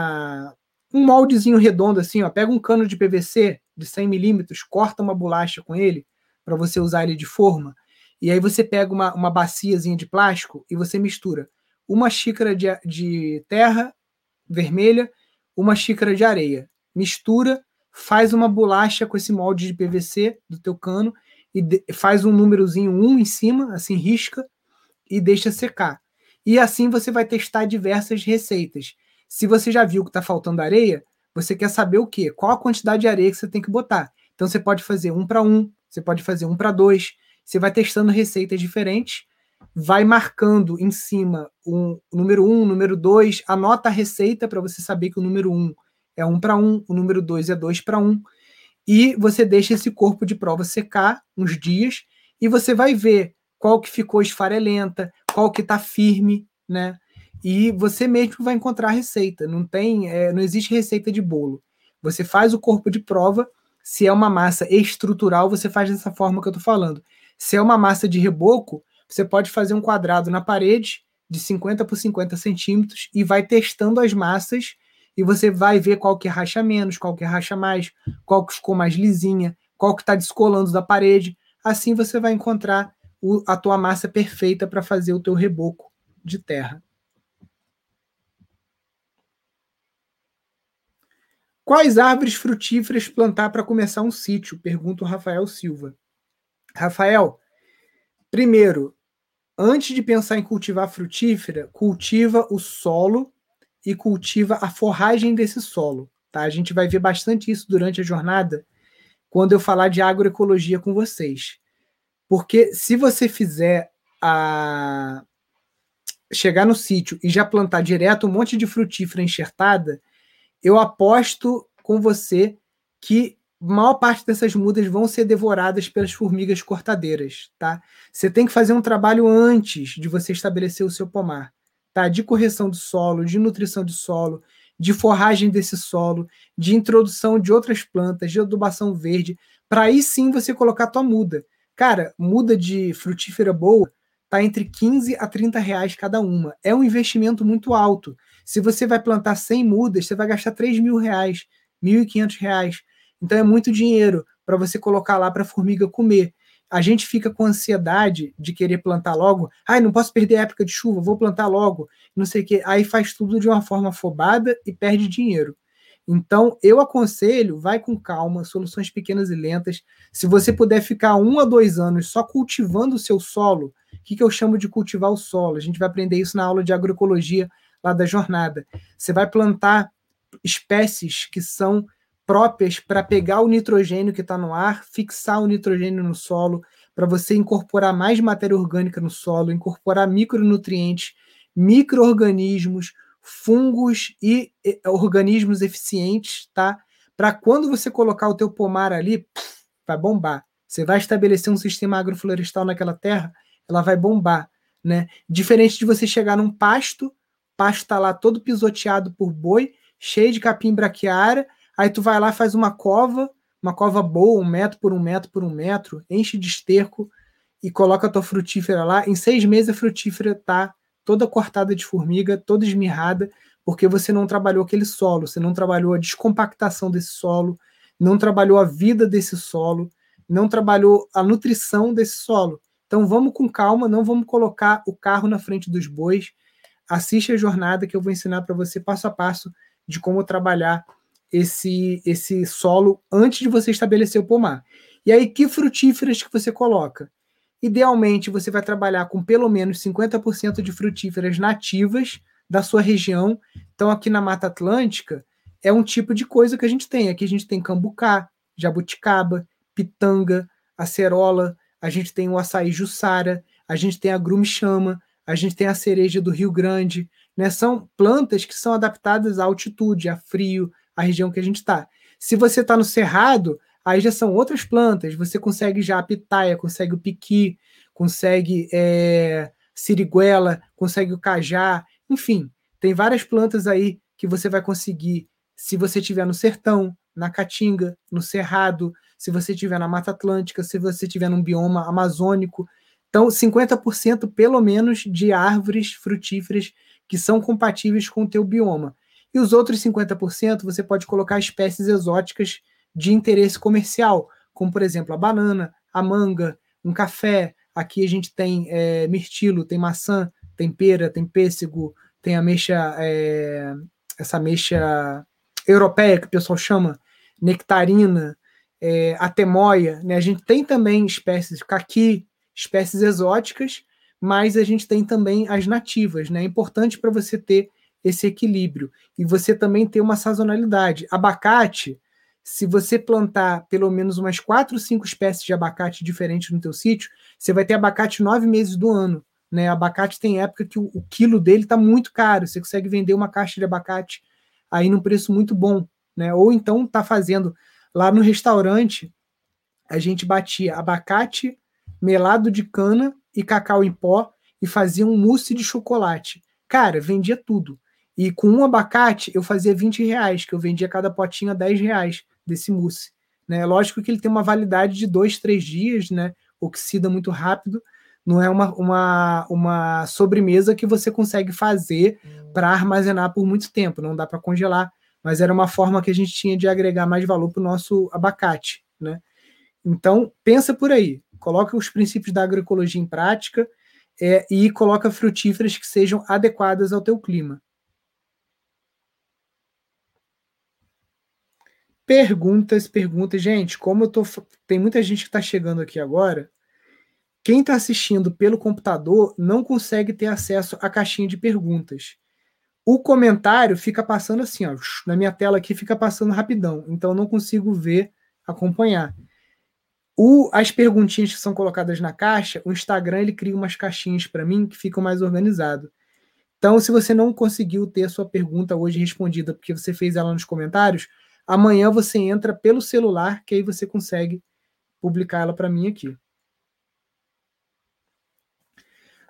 um moldezinho redondo assim, ó, pega um cano de PVC de 100 milímetros, corta uma bolacha com ele, para você usar ele de forma, e aí você pega uma baciazinha de plástico e você mistura uma xícara de terra vermelha, uma xícara de areia. Mistura, faz uma bolacha com esse molde de PVC do teu cano e faz um númerozinho 1 em cima, assim, risca, e deixa secar. E assim você vai testar diversas receitas. Se você já viu que está faltando areia, você quer saber o quê? Qual a quantidade de areia que você tem que botar. Então você pode fazer 1 para 1, você pode fazer 1 para 2, você vai testando receitas diferentes, vai marcando em cima o número 1, o número 2, anota a receita para você saber que o número 1 é 1 para 1, o número 2 é 2 para 1, e você deixa esse corpo de prova secar uns dias, e você vai ver qual que ficou esfarelenta, qual que está firme, né? E você mesmo vai encontrar a receita. Não existe receita de bolo. Você faz o corpo de prova. Se é uma massa estrutural, você faz dessa forma que eu estou falando. Se é uma massa de reboco, você pode fazer um quadrado na parede de 50 por 50 centímetros e vai testando as massas e você vai ver qual que racha menos, qual que racha mais, qual que ficou mais lisinha, qual que está descolando da parede. Assim você vai encontrar a tua massa perfeita para fazer o teu reboco de terra. Quais árvores frutíferas plantar para começar um sítio? Pergunta o Rafael Silva. Rafael, primeiro, antes de pensar em cultivar frutífera, cultiva o solo e cultiva a forragem desse solo. Tá? A gente vai ver bastante isso durante a jornada, quando eu falar de agroecologia com vocês. Porque se você fizer chegar no sítio e já plantar direto um monte de frutífera enxertada, eu aposto com você que a maior parte dessas mudas vão ser devoradas pelas formigas cortadeiras, tá? Você tem que fazer um trabalho antes de você estabelecer o seu pomar, tá? De correção do solo, de nutrição de solo, de forragem desse solo, de introdução de outras plantas, de adubação verde, para aí sim você colocar a tua muda. Cara, muda de frutífera boa tá entre 15 a 30 reais cada uma. É um investimento muito alto. Se você vai plantar 100 mudas, você vai gastar 3.000 reais, 1.500 reais. Então é muito dinheiro para você colocar lá para a formiga comer. A gente fica com ansiedade de querer plantar logo. Ai, não posso perder a época de chuva, vou plantar logo. Não sei o quê. Aí faz tudo de uma forma afobada e perde dinheiro. Então, eu aconselho, vai com calma, soluções pequenas e lentas. Se você puder ficar 1 a 2 anos só cultivando o seu solo, o que eu chamo de cultivar o solo? A gente vai aprender isso na aula de agroecologia lá da jornada. Você vai plantar espécies que são próprias para pegar o nitrogênio que está no ar, fixar o nitrogênio no solo, para você incorporar mais matéria orgânica no solo, incorporar micronutrientes, micro-organismos, fungos e organismos eficientes, tá? Para quando você colocar o teu pomar ali, vai bombar. Você vai estabelecer um sistema agroflorestal naquela terra, ela vai bombar, né? Diferente de você chegar num pasto tá lá todo pisoteado por boi, cheio de capim braquiária, aí tu vai lá, faz uma cova boa, 1 metro por 1 metro por 1 metro, enche de esterco e coloca a tua frutífera lá. Em 6 meses a frutífera tá toda cortada de formiga, toda esmirrada, porque você não trabalhou aquele solo, você não trabalhou a descompactação desse solo, não trabalhou a vida desse solo, não trabalhou a nutrição desse solo. Então vamos com calma, não vamos colocar o carro na frente dos bois. Assiste a jornada que eu vou ensinar para você passo a passo de como trabalhar esse solo antes de você estabelecer o pomar. E aí, que frutíferas que você coloca? Idealmente, você vai trabalhar com pelo menos 50% de frutíferas nativas da sua região. Então, aqui na Mata Atlântica, é um tipo de coisa que a gente tem. Aqui a gente tem cambucá, jabuticaba, pitanga, acerola, a gente tem o açaí jussara, a gente tem a grume-chama, a gente tem a cereja do Rio Grande, né? São plantas que são adaptadas à altitude, a frio, a região que a gente está. Se você está no Cerrado, aí já são outras plantas. Você consegue já a pitaia, consegue o piqui, consegue siriguela, consegue o cajá, enfim, tem várias plantas aí que você vai conseguir se você estiver no sertão, na caatinga, no cerrado, se você estiver na Mata Atlântica, se você estiver num bioma amazônico. Então, 50% pelo menos de árvores frutíferas que são compatíveis com o teu bioma. E os outros 50% você pode colocar espécies exóticas de interesse comercial, como, por exemplo, a banana, a manga, um café. Aqui a gente tem mirtilo, tem maçã, tem pera, tem pêssego, tem ameixa, essa ameixa europeia que o pessoal chama, nectarina, a temoia. Né? A gente tem também espécies, caqui, espécies exóticas, mas a gente tem também as nativas. Né? É importante para você ter esse equilíbrio. E você também ter uma sazonalidade. Abacate, se você plantar pelo menos umas 4 ou 5 espécies de abacate diferentes no teu sítio, você vai ter abacate 9 meses do ano. Né? Abacate tem época que o quilo dele está muito caro. Você consegue vender uma caixa de abacate aí num preço muito bom. Né? Ou então está fazendo lá no restaurante, a gente batia abacate, melado de cana e cacau em pó e fazia um mousse de chocolate. Cara, vendia tudo. E com um abacate eu fazia 20 reais, que eu vendia cada potinho a 10 reais desse mousse. Né? Lógico que ele tem uma validade de 2, 3 dias, né? Oxida muito rápido. Não é uma sobremesa que você consegue fazer para armazenar por muito tempo, não dá para congelar, mas era uma forma que a gente tinha de agregar mais valor para o nosso abacate. Né? Então, pensa por aí, coloca os princípios da agroecologia em prática e coloca frutíferas que sejam adequadas ao teu clima. Perguntas. Gente, como eu tô. Tem muita gente que está chegando aqui agora. Quem está assistindo pelo computador não consegue ter acesso à caixinha de perguntas. O comentário fica passando assim, ó, na minha tela aqui fica passando rapidão, então eu não consigo ver, acompanhar. As perguntinhas que são colocadas na caixa, o Instagram ele cria umas caixinhas para mim que ficam mais organizado. Então, se você não conseguiu ter a sua pergunta hoje respondida porque você fez ela nos comentários, amanhã você entra pelo celular que aí você consegue publicar ela para mim aqui.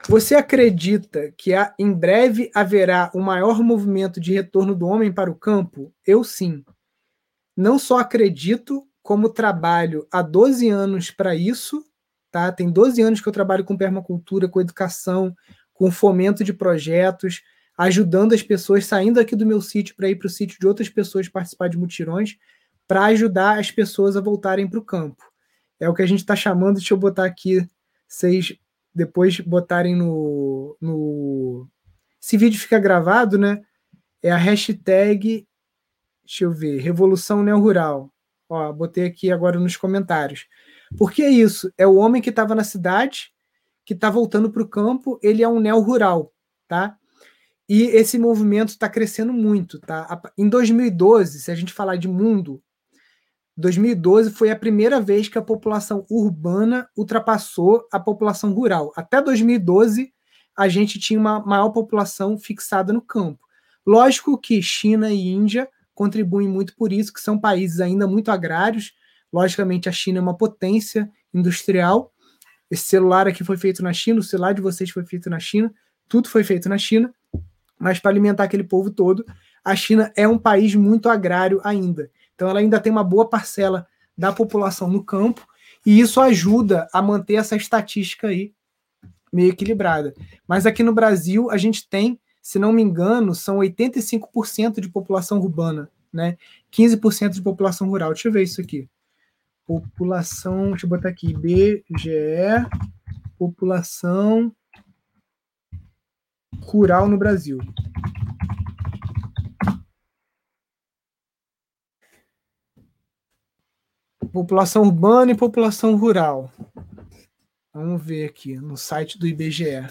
Você acredita que em breve haverá o maior movimento de retorno do homem para o campo? Eu sim. Não só acredito, como trabalho há 12 anos para isso, tá? Tem 12 anos que eu trabalho com permacultura, com educação, com fomento de projetos, ajudando as pessoas, saindo aqui do meu sítio para ir para o sítio de outras pessoas participar de mutirões, para ajudar as pessoas a voltarem para o campo. É o que a gente está chamando, deixa eu botar aqui, vocês depois botarem no. Esse vídeo fica gravado, né? É a hashtag, deixa eu ver, Revolução Neo-Rural. Ó, botei aqui agora nos comentários. Porque é isso, é o homem que estava na cidade, que está voltando para o campo, ele é um neo-rural, tá? E esse movimento está crescendo muito, tá? Em 2012, se a gente falar de mundo, 2012 foi a primeira vez que a população urbana ultrapassou a população rural. Até 2012, a gente tinha uma maior população fixada no campo. Lógico que China e Índia contribuem muito por isso, que são países ainda muito agrários. Logicamente, a China é uma potência industrial. Esse celular aqui foi feito na China, o celular de vocês foi feito na China, tudo foi feito na China, mas para alimentar aquele povo todo, a China é um país muito agrário ainda. Então, ela ainda tem uma boa parcela da população no campo, e isso ajuda a manter essa estatística aí meio equilibrada. Mas aqui no Brasil, a gente tem, se não me engano, são 85% de população urbana, né? 15% de população rural. Deixa eu ver isso aqui. População, deixa eu botar aqui, IBGE, população rural no Brasil. População urbana e população rural. Vamos ver aqui no site do IBGE.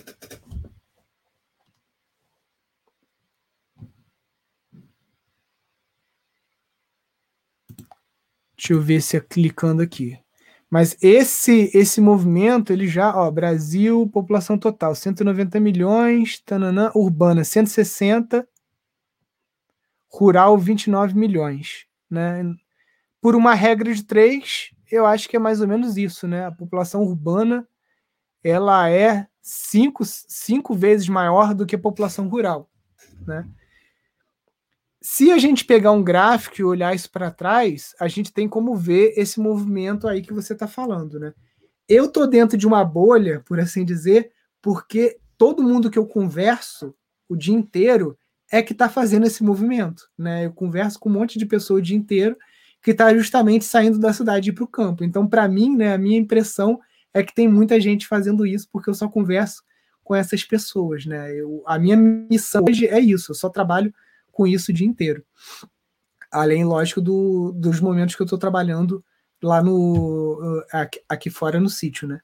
Deixa eu ver se é clicando aqui. Mas esse movimento, ele já, ó, Brasil, população total, 190 milhões, tananã, urbana, 160, rural, 29 milhões, né? Por uma regra de 3, eu acho que é mais ou menos isso, né? A população urbana, ela é cinco vezes maior do que a população rural, né? Se a gente pegar um gráfico e olhar isso para trás, a gente tem como ver esse movimento aí que você está falando, né? Eu tô dentro de uma bolha, por assim dizer, porque todo mundo que eu converso o dia inteiro é que está fazendo esse movimento, né? Eu converso com um monte de pessoas o dia inteiro que está justamente saindo da cidade para o campo. Então, para mim, né, a minha impressão é que tem muita gente fazendo isso porque eu só converso com essas pessoas, né? A minha missão hoje é isso, eu só trabalho com isso o dia inteiro. Além, lógico, dos momentos que eu estou trabalhando lá aqui fora no sítio, né?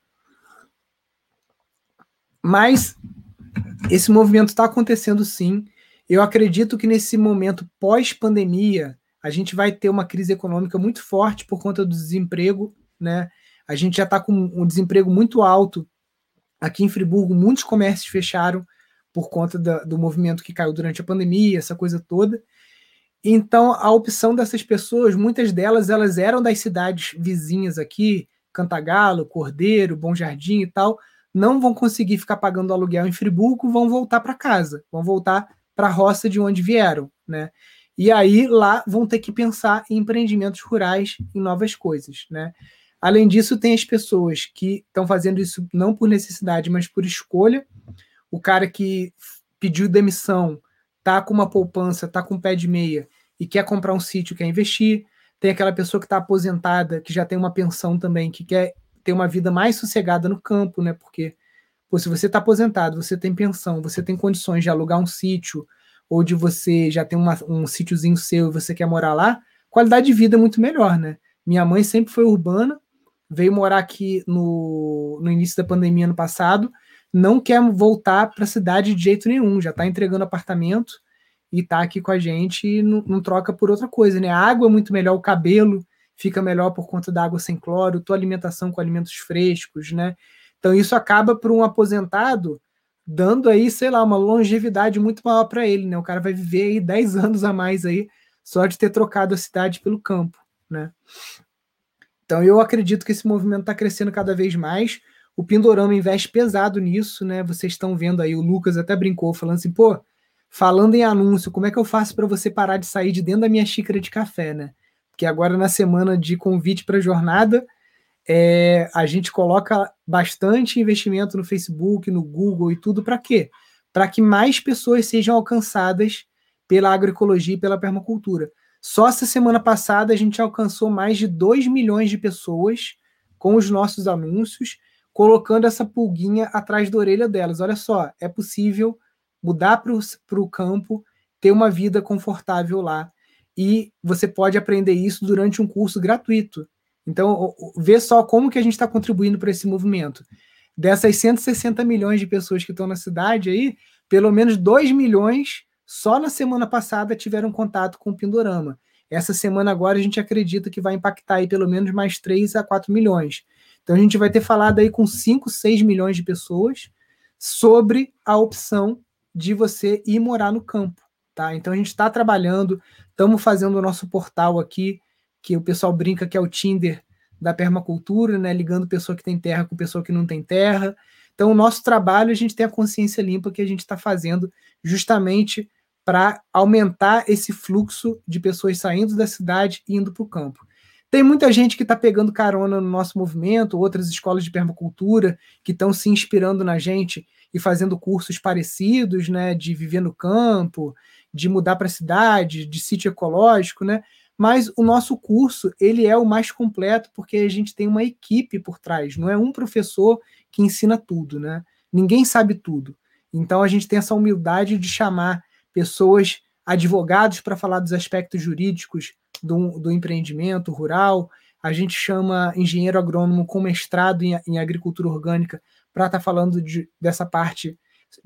Mas esse movimento está acontecendo sim. Eu acredito que nesse momento pós-pandemia, a gente vai ter uma crise econômica muito forte por conta do desemprego, né? A gente já está com um desemprego muito alto. Aqui em Friburgo, muitos comércios fecharam por conta do movimento que caiu durante a pandemia, essa coisa toda. Então, a opção dessas pessoas, muitas delas, elas eram das cidades vizinhas aqui, Cantagalo, Cordeiro, Bom Jardim e tal, não vão conseguir ficar pagando aluguel em Friburgo, vão voltar para casa, vão voltar para a roça de onde vieram, né? E aí, lá, vão ter que pensar em empreendimentos rurais, em novas coisas, né? Além disso, tem as pessoas que estão fazendo isso não por necessidade, mas por escolha. O cara que pediu demissão, tá com uma poupança, tá com um pé de meia e quer comprar um sítio, quer investir. Tem aquela pessoa que está aposentada, que já tem uma pensão também, que quer ter uma vida mais sossegada no campo, né? Porque, pô, se você está aposentado, você tem pensão, você tem condições de alugar um sítio, ou de você já tem um sítiozinho seu e você quer morar lá, qualidade de vida é muito melhor, né? Minha mãe sempre foi urbana, veio morar aqui no início da pandemia ano passado, não quer voltar para a cidade de jeito nenhum, já está entregando apartamento e está aqui com a gente e não troca por outra coisa, né? A água é muito melhor, o cabelo fica melhor por conta da água sem cloro, tua alimentação com alimentos frescos, né? Então isso acaba para um aposentado dando aí, sei lá, uma longevidade muito maior para ele, né? O cara vai viver aí 10 anos a mais aí só de ter trocado a cidade pelo campo, né? Então eu acredito que esse movimento está crescendo cada vez mais. O Pindorama investe pesado nisso, né? Vocês estão vendo aí, o Lucas até brincou, falando assim, pô, falando em anúncio, como é que eu faço para você parar de sair de dentro da minha xícara de café, né? Porque agora na semana de convite para a jornada, a gente coloca bastante investimento no Facebook, no Google e tudo para quê? Para que mais pessoas sejam alcançadas pela agroecologia e pela permacultura. Só essa semana passada a gente alcançou mais de 2 milhões de pessoas com os nossos anúncios, colocando essa pulguinha atrás da orelha delas. Olha só, é possível mudar para o campo, ter uma vida confortável lá. E você pode aprender isso durante um curso gratuito. Então, vê só como que a gente está contribuindo para esse movimento. Dessas 160 milhões de pessoas que estão na cidade aí, pelo menos 2 milhões só na semana passada tiveram contato com o Pindorama. Essa semana agora a gente acredita que vai impactar aí pelo menos mais 3 a 4 milhões. Então a gente vai ter falado aí com 5, 6 milhões de pessoas sobre a opção de você ir morar no campo. Tá? Então a gente está trabalhando, estamos fazendo o nosso portal aqui, que o pessoal brinca que é o Tinder da permacultura, né? Ligando pessoa que tem terra com pessoa que não tem terra. Então, o nosso trabalho, a gente tem a consciência limpa que a gente está fazendo justamente para aumentar esse fluxo de pessoas saindo da cidade e indo para o campo. Tem muita gente que está pegando carona no nosso movimento, outras escolas de permacultura que estão se inspirando na gente e fazendo cursos parecidos, né, de viver no campo, de mudar para a cidade, de sítio ecológico, né? Mas o nosso curso, ele é o mais completo porque a gente tem uma equipe por trás, não é um professor que ensina tudo, né? Ninguém sabe tudo. Então a gente tem essa humildade de chamar pessoas, advogados, para falar dos aspectos jurídicos do empreendimento rural. A gente chama engenheiro agrônomo com mestrado em agricultura orgânica para estar falando dessa parte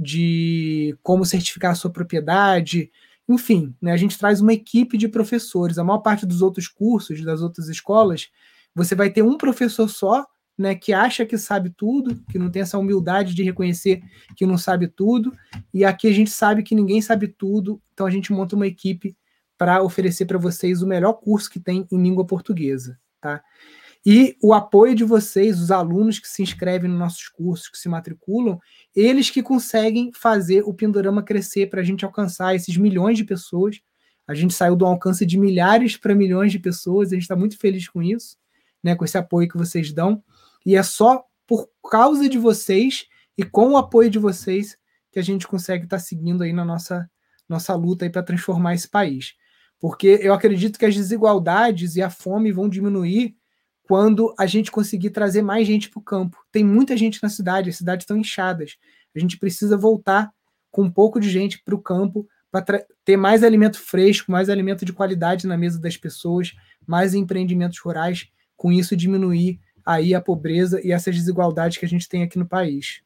de como certificar a sua propriedade. Enfim, né, a gente traz uma equipe de professores. A maior parte dos outros cursos, das outras escolas, você vai ter um professor só, né, que acha que sabe tudo, que não tem essa humildade de reconhecer que não sabe tudo, e aqui a gente sabe que ninguém sabe tudo, então a gente monta uma equipe para oferecer para vocês o melhor curso que tem em língua portuguesa, tá? E o apoio de vocês, os alunos que se inscrevem nos nossos cursos, que se matriculam, eles que conseguem fazer o Pindorama crescer para a gente alcançar esses milhões de pessoas. A gente saiu do alcance de milhares para milhões de pessoas, a gente está muito feliz com isso, né, com esse apoio que vocês dão. E é só por causa de vocês e com o apoio de vocês que a gente consegue estar seguindo aí na nossa luta para transformar esse país. Porque eu acredito que as desigualdades e a fome vão diminuir quando a gente conseguir trazer mais gente para o campo. Tem muita gente na cidade, as cidades estão inchadas. A gente precisa voltar com um pouco de gente para o campo para ter mais alimento fresco, mais alimento de qualidade na mesa das pessoas, mais empreendimentos rurais, com isso diminuir aí a pobreza e essas desigualdades que a gente tem aqui no país.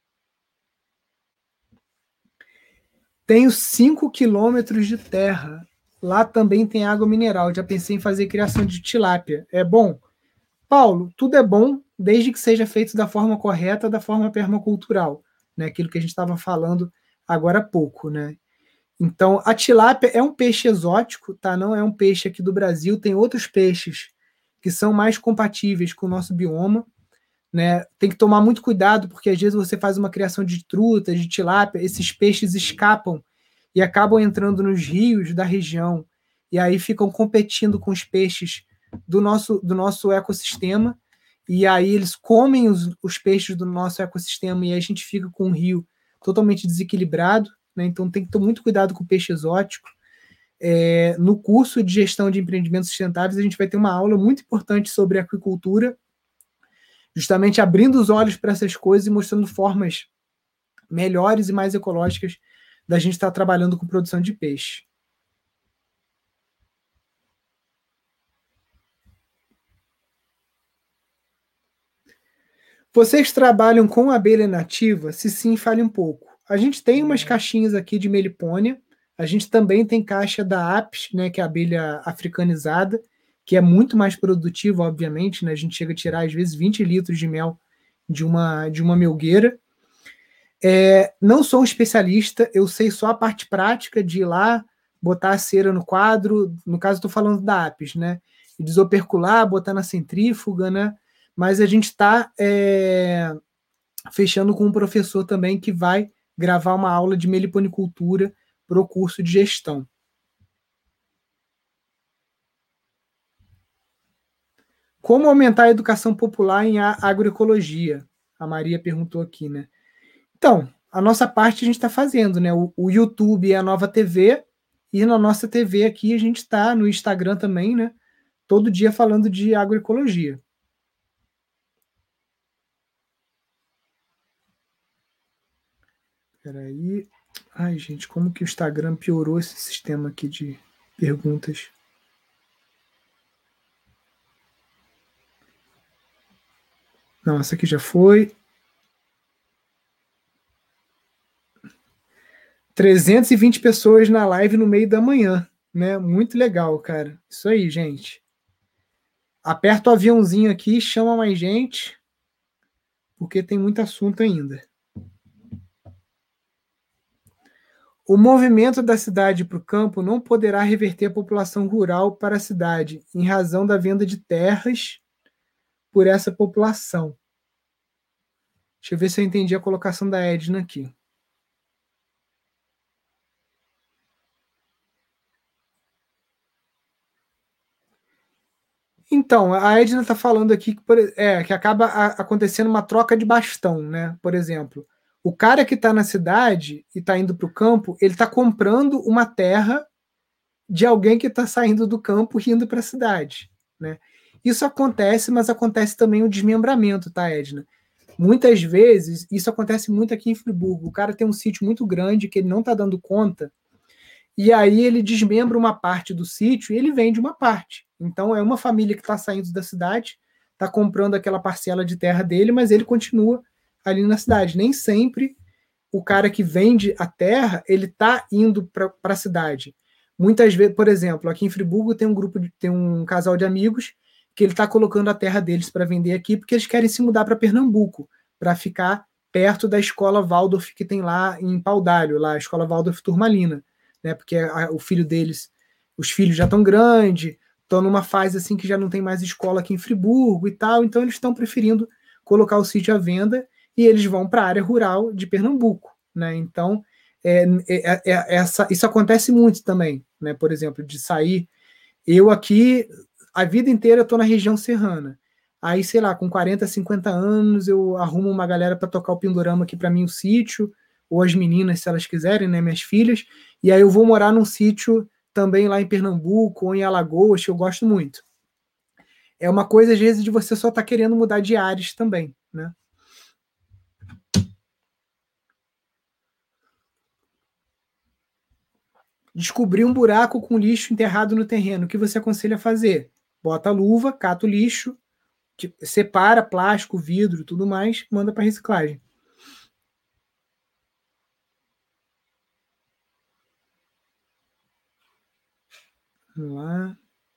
Tenho 5 quilômetros de terra. Lá também tem água mineral. Já pensei em fazer criação de tilápia. É bom? Paulo, tudo é bom desde que seja feito da forma correta, da forma permacultural, né? Aquilo que a gente estava falando agora há pouco, né? Então, a tilápia é um peixe exótico, tá? Não é um peixe aqui do Brasil. Tem outros peixes que são mais compatíveis com o nosso bioma, né? Tem que tomar muito cuidado, porque às vezes você faz uma criação de truta, de tilápia, esses peixes escapam e acabam entrando nos rios da região, e aí ficam competindo com os peixes do nosso ecossistema, e aí eles comem os peixes do nosso ecossistema, e aí a gente fica com um rio totalmente desequilibrado, né? Então tem que ter muito cuidado com o peixe exótico. No curso de gestão de empreendimentos sustentáveis, a gente vai ter uma aula muito importante sobre aquicultura, justamente abrindo os olhos para essas coisas e mostrando formas melhores e mais ecológicas da gente estar trabalhando com produção de peixe. Vocês trabalham com abelha nativa? Se sim, fale um pouco. A gente tem umas caixinhas aqui de melipônia, a gente também tem caixa da Apis, né, que é a abelha africanizada, que é muito mais produtiva, obviamente, né? A gente chega a tirar, às vezes, 20 litros de mel de uma melgueira. Não sou um especialista, eu sei só a parte prática de ir lá, botar a cera no quadro, no caso estou falando da Apis, né? Desopercular, botar na centrífuga, né? Mas a gente está fechando com um professor também que vai gravar uma aula de meliponicultura para o curso de gestão. Como aumentar a educação popular em agroecologia? A Maria perguntou aqui, né? Então, a nossa parte a gente está fazendo, né? O YouTube é a nova TV, e na nossa TV aqui a gente está no Instagram também, né? Todo dia falando de agroecologia. Peraí. Ai, gente, como que o Instagram piorou esse sistema aqui de perguntas? Não, essa aqui já foi. 320 pessoas na live no meio da manhã, né? Muito legal, cara. Isso aí, gente. Aperta o aviãozinho aqui, chama mais gente, porque tem muito assunto ainda. O movimento da cidade para o campo não poderá reverter a população rural para a cidade, em razão da venda de terras por essa população. Deixa eu ver se eu entendi a colocação da Edna aqui. Então, a Edna está falando aqui que acaba acontecendo uma troca de bastão, né? Por exemplo, o cara que está na cidade e está indo para o campo, ele está comprando uma terra de alguém que está saindo do campo e indo para a cidade, né? Isso acontece, mas acontece também o desmembramento, tá, Edna? Muitas vezes, isso acontece muito aqui em Friburgo. O cara tem um sítio muito grande que ele não está dando conta, e aí ele desmembra uma parte do sítio e ele vende uma parte. Então é uma família que está saindo da cidade, está comprando aquela parcela de terra dele, mas ele continua ali na cidade. Nem sempre o cara que vende a terra, ele está indo para a cidade. Muitas vezes, por exemplo, aqui em Friburgo tem um casal de amigos que ele está colocando a terra deles para vender aqui porque eles querem se mudar para Pernambuco, para ficar perto da escola Waldorf que tem lá em Paudalho, lá a escola Waldorf Turmalina, né? Porque o filho deles, os filhos já estão grandes, estão numa fase assim que já não tem mais escola aqui em Friburgo e tal, então eles estão preferindo colocar o sítio à venda e eles vão para a área rural de Pernambuco, né? Então, isso acontece muito também, né? Por exemplo, de sair, eu aqui, a vida inteira eu estou na região serrana, aí, sei lá, com 40, 50 anos, eu arrumo uma galera para tocar o pindorama aqui para mim, o sítio, ou as meninas, se elas quiserem, né, minhas filhas, e aí eu vou morar num sítio também lá em Pernambuco ou em Alagoas, que eu gosto muito. É uma coisa, às vezes, de você só estar querendo mudar de áreas também, né? Descobrir um buraco com lixo enterrado no terreno. O que você aconselha a fazer? Bota a luva, cata o lixo, separa plástico, vidro, tudo mais, manda para reciclagem. Vamos lá.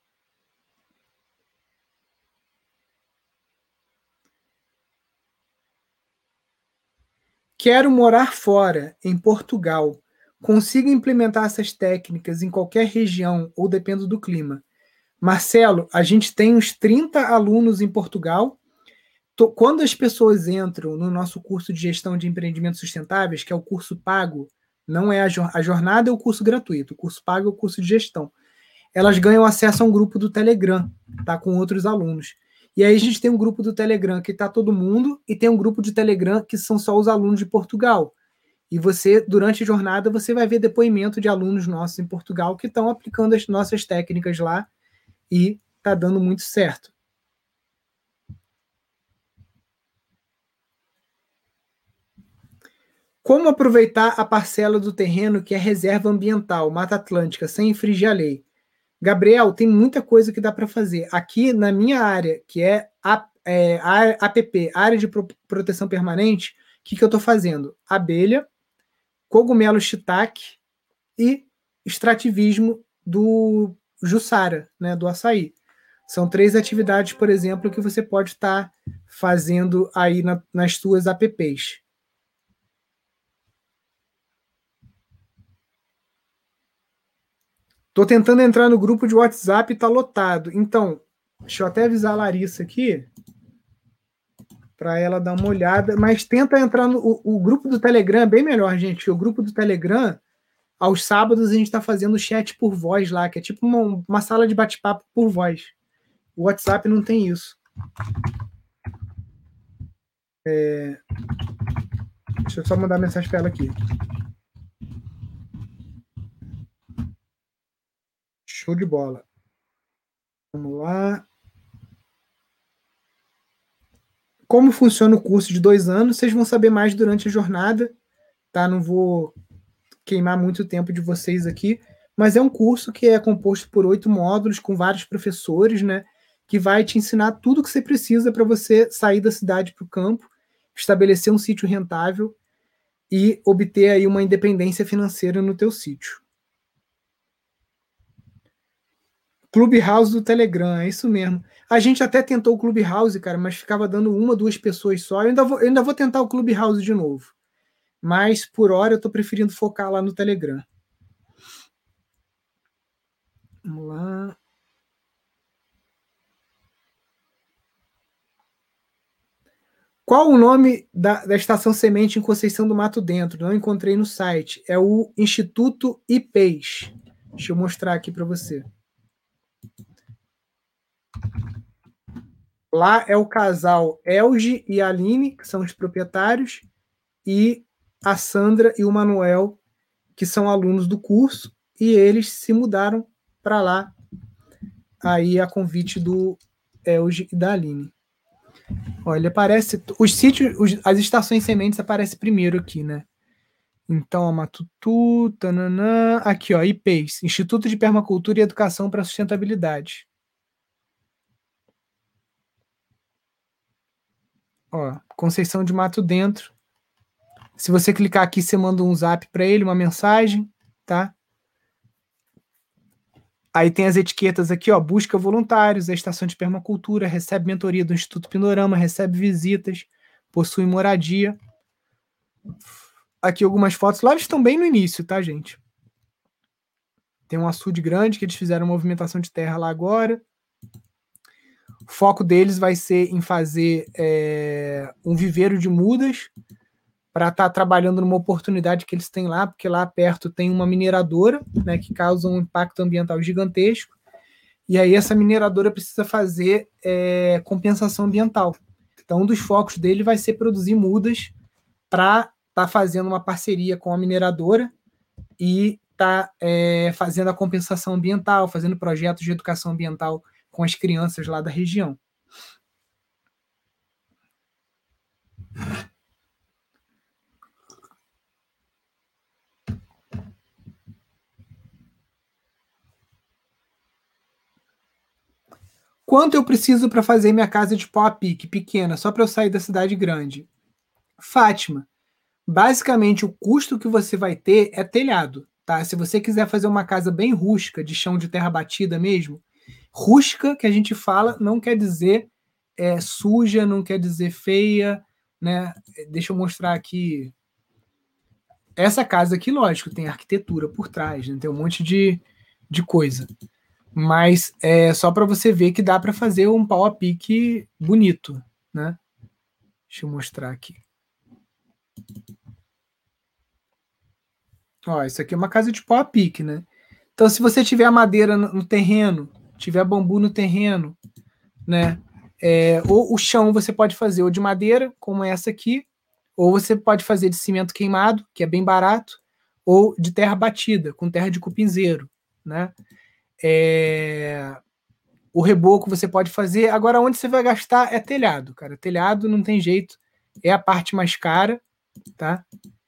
Quero morar fora, em Portugal. Consigo implementar essas técnicas em qualquer região ou dependo do clima? Marcelo, a gente tem uns 30 alunos em Portugal. Quando as pessoas entram no nosso curso de gestão de empreendimentos sustentáveis, que é o curso pago, não é a jornada, é o curso gratuito. O curso pago é o curso de gestão. Elas ganham acesso a um grupo do Telegram, tá, com outros alunos. E aí a gente tem um grupo do Telegram que está todo mundo e tem um grupo de Telegram que são só os alunos de Portugal. E você, durante a jornada, você vai ver depoimento de alunos nossos em Portugal que estão aplicando as nossas técnicas lá e está dando muito certo. Como aproveitar a parcela do terreno que é reserva ambiental, Mata Atlântica, sem infringir a lei? Gabriel, tem muita coisa que dá para fazer. Aqui na minha área, que é APP, Área de Proteção Permanente, o que eu estou fazendo? Abelha, cogumelo shiitake e extrativismo do Jussara, né, do açaí. São 3 atividades, por exemplo, que você pode estar fazendo aí nas suas APPs. Estou tentando entrar no grupo de WhatsApp e está lotado. Então, deixa eu até avisar a Larissa aqui para ela dar uma olhada, mas tenta entrar no o grupo do Telegram, é bem melhor, gente. O grupo do Telegram, aos sábados, a gente está fazendo chat por voz lá, que é tipo uma sala de bate-papo por voz. O WhatsApp não tem isso. Deixa eu só mandar mensagem para ela aqui. Show de bola. Vamos lá. Como funciona o curso de 2 anos, vocês vão saber mais durante a jornada, tá? Não vou queimar muito tempo de vocês aqui, mas é um curso que é composto por 8 módulos com vários professores, né? Que vai te ensinar tudo que você precisa para você sair da cidade para o campo, estabelecer um sítio rentável e obter aí uma independência financeira no teu sítio. Clubhouse do Telegram, é isso mesmo. A gente até tentou o Clubhouse, cara, mas ficava dando 1, 2 pessoas só. Eu ainda vou tentar o Clubhouse de novo. Mas, por hora, eu estou preferindo focar lá no Telegram. Vamos lá. Qual o nome da estação semente em Conceição do Mato Dentro? Não encontrei no site. É o Instituto IPES. Deixa eu mostrar aqui para você. Lá é o casal Elge e Aline, que são os proprietários, e a Sandra e o Manuel, que são alunos do curso, e eles se mudaram para lá, aí a convite do Elge e da Aline. Olha, aparece os sítios, as estações sementes aparecem primeiro aqui, né? Então, a Matutu, tananã, aqui, ó, IPES, Instituto de Permacultura e Educação para a Sustentabilidade. Ó, Conceição de Mato Dentro. Se você clicar aqui, você manda um zap para ele, uma mensagem, tá? Aí tem as etiquetas aqui, ó, busca voluntários, a estação de permacultura, recebe mentoria do Instituto Pindorama, recebe visitas, possui moradia. Aqui algumas fotos, lá eles estão bem no início, tá, gente? Tem um açude grande que eles fizeram movimentação de terra lá agora. O foco deles vai ser em fazer um viveiro de mudas para estar trabalhando numa oportunidade que eles têm lá, porque lá perto tem uma mineradora, né, que causa um impacto ambiental gigantesco, e aí essa mineradora precisa fazer compensação ambiental. Então, um dos focos dele vai ser produzir mudas para estar fazendo uma parceria com a mineradora e estar fazendo a compensação ambiental, fazendo projetos de educação ambiental com as crianças lá da região. Quanto eu preciso para fazer minha casa de pau a pique, pequena, só para eu sair da cidade grande? Fátima, basicamente o custo que você vai ter é telhado, tá? Se você quiser fazer uma casa bem rústica, de chão de terra batida mesmo, rústica que a gente fala não quer dizer suja, não quer dizer feia, né? Deixa eu mostrar aqui. Essa casa aqui, lógico, tem arquitetura por trás, né? Tem um monte de coisa. Mas é só para você ver que dá para fazer um pau a pique bonito, né? Deixa eu mostrar aqui. Ó, isso aqui é uma casa de pau a pique, né? Então, se você tiver a madeira no terreno, tiver bambu no terreno, né? Ou o chão você pode fazer ou de madeira, como essa aqui, ou você pode fazer de cimento queimado, que é bem barato, ou de terra batida, com terra de cupinzeiro, né? O reboco você pode fazer. Agora, onde você vai gastar é telhado, cara. Telhado não tem jeito, é a parte mais cara, tá?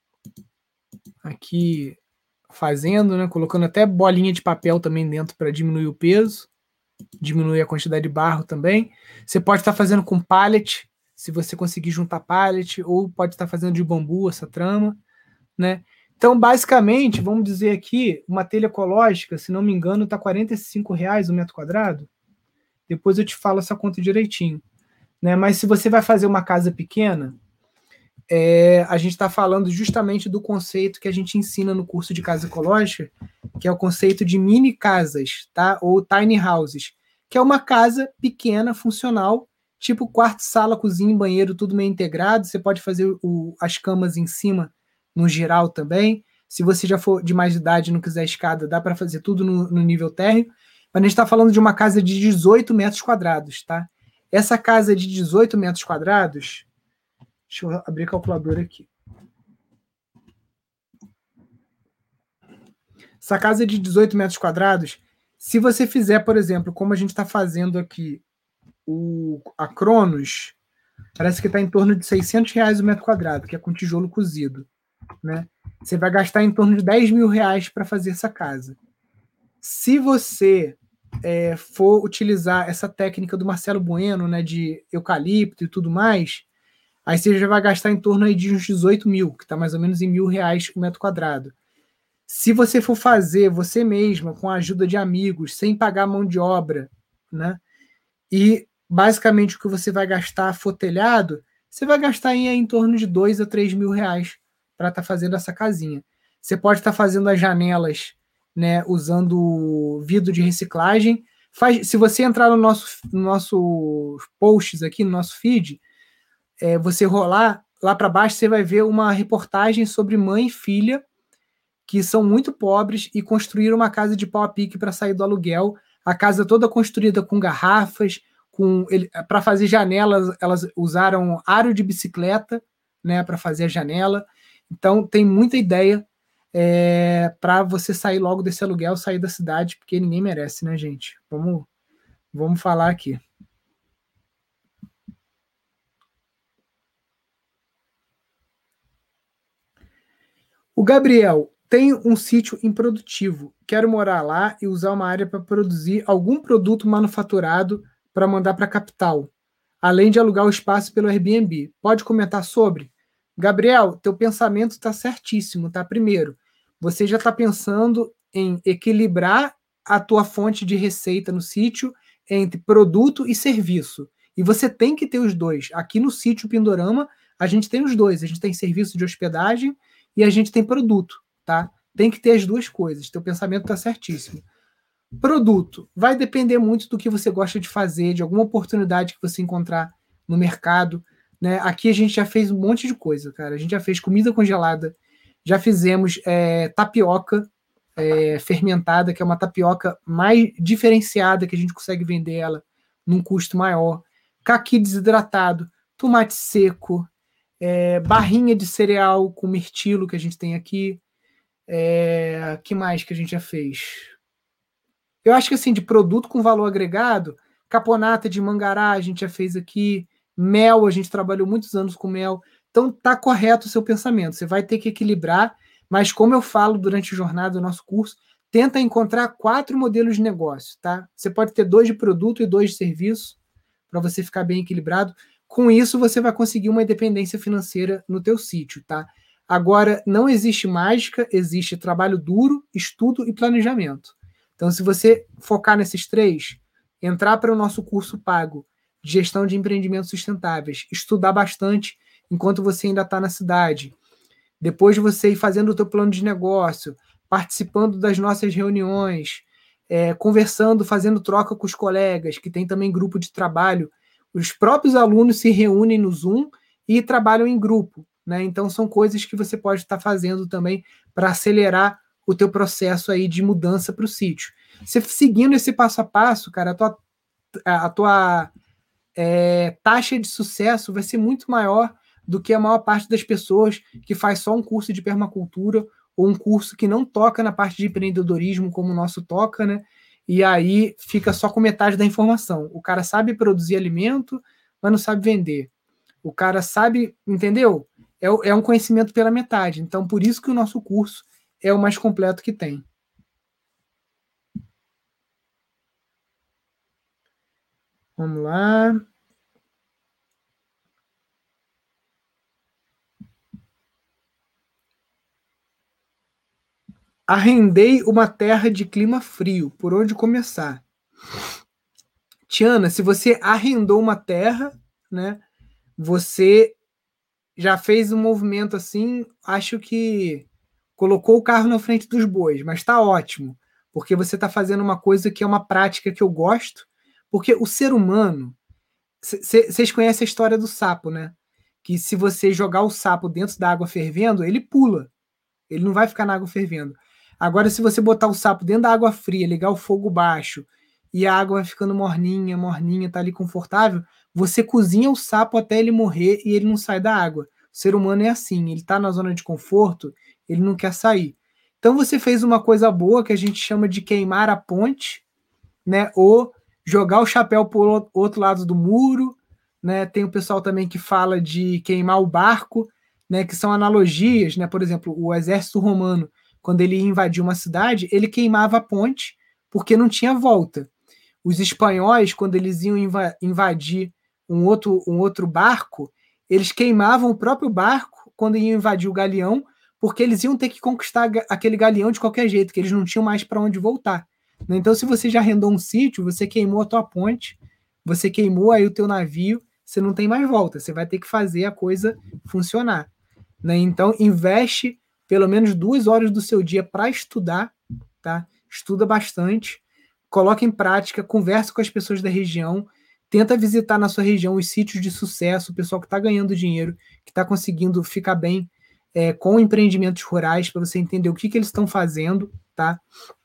Aqui fazendo, né? Colocando até bolinha de papel também dentro para diminuir o peso, diminuir a quantidade de barro também. Você pode estar fazendo com pallet, se você conseguir juntar pallet, ou pode estar fazendo de bambu essa trama, né? Então, basicamente, vamos dizer aqui, uma telha ecológica, se não me engano, está R$ 45,00 o metro quadrado. Depois eu te falo essa conta direitinho, né? Mas se você vai fazer uma casa pequena, a gente está falando justamente do conceito que a gente ensina no curso de casa ecológica, que é o conceito de mini casas, tá? Ou tiny houses, que é uma casa pequena, funcional, tipo quarto, sala, cozinha e banheiro, tudo meio integrado. Você pode fazer as camas em cima, no geral também. Se você já for de mais idade e não quiser escada, dá para fazer tudo no nível térreo. Mas a gente está falando de uma casa de 18 metros quadrados, tá? Essa casa de 18 metros quadrados... Deixa eu abrir a calculadora aqui. Essa casa de 18 metros quadrados, se você fizer, por exemplo, como a gente está fazendo aqui, a Cronos, parece que está em torno de R$600 o metro quadrado, que é com tijolo cozido, né? Você vai gastar em torno de R$10.000 para fazer essa casa. Se você for utilizar essa técnica do Marcelo Bueno, né, de eucalipto e tudo mais, aí você já vai gastar em torno aí de uns 18 mil, que está mais ou menos em R$1.000 o metro quadrado. Se você for fazer você mesma, com a ajuda de amigos, sem pagar mão de obra, né? E basicamente o que você vai gastar fotelhado, você vai gastar em torno de R$2.000 a R$3.000 para estar fazendo essa casinha. Você pode estar fazendo as janelas, né, usando vidro de reciclagem. Se você entrar no nosso posts aqui, no nosso feed, você rolar lá para baixo, você vai ver uma reportagem sobre mãe e filha que são muito pobres e construíram uma casa de pau a pique para sair do aluguel. A casa toda construída com garrafas, para fazer janelas, elas usaram aro de bicicleta, né, para fazer a janela. Então tem muita ideia para você sair logo desse aluguel, sair da cidade, porque ninguém merece, né, gente? Vamos falar aqui. O Gabriel tem um sítio improdutivo. Quero morar lá e usar uma área para produzir algum produto manufaturado para mandar para a capital, além de alugar o espaço pelo Airbnb. Pode comentar sobre? Gabriel, teu pensamento está certíssimo, tá? Primeiro, você já está pensando em equilibrar a tua fonte de receita no sítio entre produto e serviço. E você tem que ter os dois. Aqui no sítio Pindorama, a gente tem os dois. A gente tem serviço de hospedagem e a gente tem produto, tá? Tem que ter as duas coisas. Teu pensamento está certíssimo. Produto vai depender muito do que você gosta de fazer, de alguma oportunidade que você encontrar no mercado, né? Aqui a gente já fez um monte de coisa, cara. A gente já fez comida congelada, já fizemos tapioca fermentada, que é uma tapioca mais diferenciada, que a gente consegue vender ela num custo maior. Caqui desidratado, tomate seco, barrinha de cereal com mirtilo que a gente tem aqui. Que mais que a gente já fez? Eu acho que assim, de produto com valor agregado, caponata de mangará a gente já fez aqui, mel, a gente trabalhou muitos anos com mel. Então tá correto o seu pensamento. Você vai ter que equilibrar, mas como eu falo durante a jornada do nosso curso, tenta encontrar 4 modelos de negócio, tá? Você pode ter 2 de produto e 2 de serviço, para você ficar bem equilibrado. Com isso, você vai conseguir uma independência financeira no teu sítio, tá? Agora, não existe mágica, existe trabalho duro, estudo e planejamento. Então, se você focar nesses 3, entrar para o nosso curso pago de gestão de empreendimentos sustentáveis, estudar bastante enquanto você ainda está na cidade, depois de você ir fazendo o teu plano de negócio, participando das nossas reuniões, conversando, fazendo troca com os colegas, que tem também grupo de trabalho, os próprios alunos se reúnem no Zoom e trabalham em grupo, né? Então são coisas que você pode estar fazendo também para acelerar o teu processo aí de mudança para o sítio. Você seguindo esse passo a passo, cara, a tua taxa de sucesso vai ser muito maior do que a maior parte das pessoas que faz só um curso de permacultura ou um curso que não toca na parte de empreendedorismo como o nosso toca, né? E aí fica só com metade da informação. O cara sabe produzir alimento, mas não sabe vender. O cara sabe, entendeu? É um conhecimento pela metade. Então, por isso que o nosso curso é o mais completo que tem. Vamos lá. Arrendei uma terra de clima frio. Por onde começar? Tiana, se você arrendou uma terra, né? Você já fez um movimento assim, acho que colocou o carro na frente dos bois, mas está ótimo, porque você está fazendo uma coisa que é uma prática que eu gosto, porque o ser humano, Vocês conhecem a história do sapo, né? Que se você jogar o sapo dentro da água fervendo, ele pula. Ele não vai ficar na água fervendo. Agora, se você botar o sapo dentro da água fria, ligar o fogo baixo, e a água vai ficando morninha, morninha, tá ali confortável, você cozinha o sapo até ele morrer e ele não sai da água. O ser humano é assim, ele tá na zona de conforto, ele não quer sair. Então você fez uma coisa boa que a gente chama de queimar a ponte, né? Ou jogar o chapéu por outro lado do muro, né? Tem o pessoal também que fala de queimar o barco, né? Que são analogias, né? Por exemplo, o exército romano, quando ele ia invadir uma cidade, ele queimava a ponte porque não tinha volta. Os espanhóis, quando eles iam invadir um outro barco, eles queimavam o próprio barco quando iam invadir o galeão, porque eles iam ter que conquistar aquele galeão de qualquer jeito, que eles não tinham mais para onde voltar. Então, se você já arrendou um sítio, você queimou a tua ponte, você queimou aí o teu navio, você não tem mais volta, você vai ter que fazer a coisa funcionar. Então, investe pelo menos 2 horas do seu dia para estudar, tá? Estuda bastante, coloca em prática, conversa com as pessoas da região, tenta visitar na sua região os sítios de sucesso, o pessoal que está ganhando dinheiro, que está conseguindo ficar bem com empreendimentos rurais, para você entender o que eles estão fazendo, tá?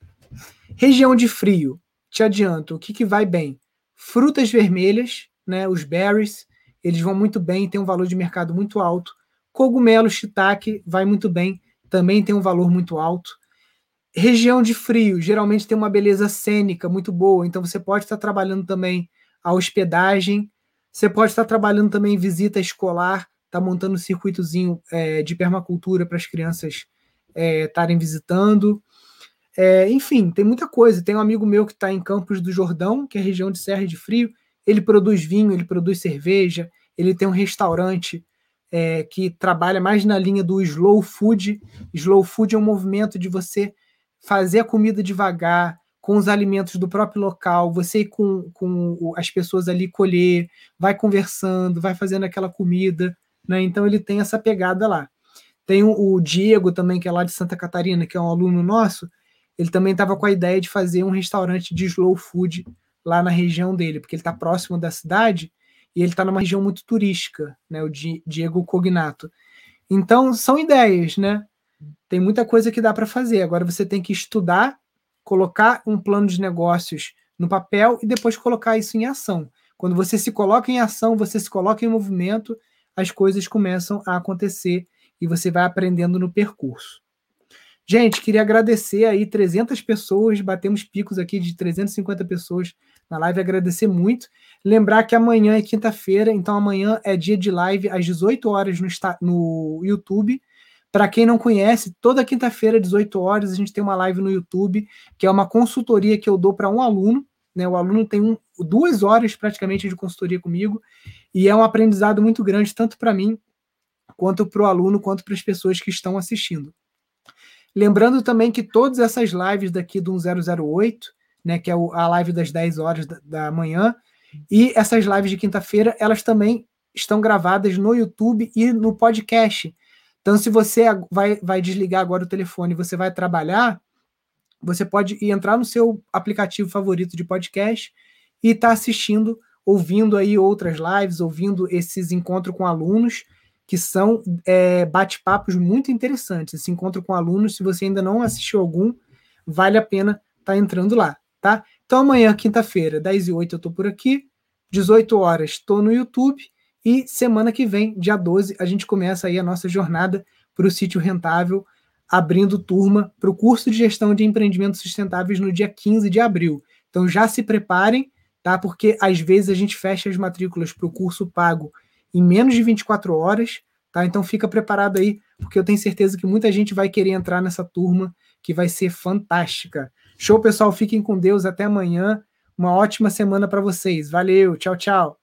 Região de frio, te adianto, o que vai bem? Frutas vermelhas, né, os berries, eles vão muito bem, tem um valor de mercado muito alto. Cogumelo, shiitake, vai muito bem, também tem um valor muito alto. Região de frio, geralmente tem uma beleza cênica muito boa, então você pode estar trabalhando também a hospedagem, você pode estar trabalhando também visita escolar, tá montando um circuitozinho de permacultura para as crianças estarem visitando. Enfim, tem muita coisa. Tem um amigo meu que está em Campos do Jordão, que é região de Serra de Frio. Ele produz vinho, ele produz cerveja, ele tem um restaurante que trabalha mais na linha do slow food. Slow food é um movimento de você fazer a comida devagar, com os alimentos do próprio local, você ir com as pessoas ali colher, vai conversando, vai fazendo aquela comida, né? Então ele tem essa pegada lá. Tem o Diego também, que é lá de Santa Catarina, que é um aluno nosso, ele também estava com a ideia de fazer um restaurante de slow food lá na região dele, porque ele está próximo da cidade e ele está numa região muito turística, né? O Diego Cognato. Então, são ideias, né? Tem muita coisa que dá para fazer. Agora você tem que estudar, colocar um plano de negócios no papel e depois colocar isso em ação. Quando você se coloca em ação, você se coloca em movimento, as coisas começam a acontecer e você vai aprendendo no percurso. Gente, queria agradecer aí 300 pessoas, batemos picos aqui de 350 pessoas na live, agradecer muito. Lembrar que amanhã é quinta-feira, então amanhã é dia de live às 18 horas no YouTube. Para quem não conhece, toda quinta-feira, às 18 horas, a gente tem uma live no YouTube, que é uma consultoria que eu dou para um aluno, né? O aluno tem 2 horas praticamente de consultoria comigo, e é um aprendizado muito grande, tanto para mim, quanto para o aluno, quanto para as pessoas que estão assistindo. Lembrando também que todas essas lives daqui do 1008, né, que é a live das 10 horas da manhã, e essas lives de quinta-feira, elas também estão gravadas no YouTube e no podcast. Então, se você vai desligar agora o telefone e você vai trabalhar, você pode entrar no seu aplicativo favorito de podcast e estar assistindo, ouvindo aí outras lives, ouvindo esses encontros com alunos, que são bate-papos muito interessantes. Esse encontro com alunos, se você ainda não assistiu algum, vale a pena estar entrando lá, tá? Então amanhã, quinta-feira, 10h08, eu estou por aqui, 18 horas estou no YouTube, e semana que vem, dia 12, a gente começa aí a nossa jornada para o Sítio Rentável, abrindo turma para o curso de gestão de empreendimentos sustentáveis no dia 15 de abril. Então já se preparem, tá? Porque às vezes a gente fecha as matrículas para o curso pago em menos de 24 horas, tá? Então fica preparado aí, porque eu tenho certeza que muita gente vai querer entrar nessa turma, que vai ser fantástica. Show, pessoal, fiquem com Deus, até amanhã, uma ótima semana para vocês. Valeu, tchau, tchau.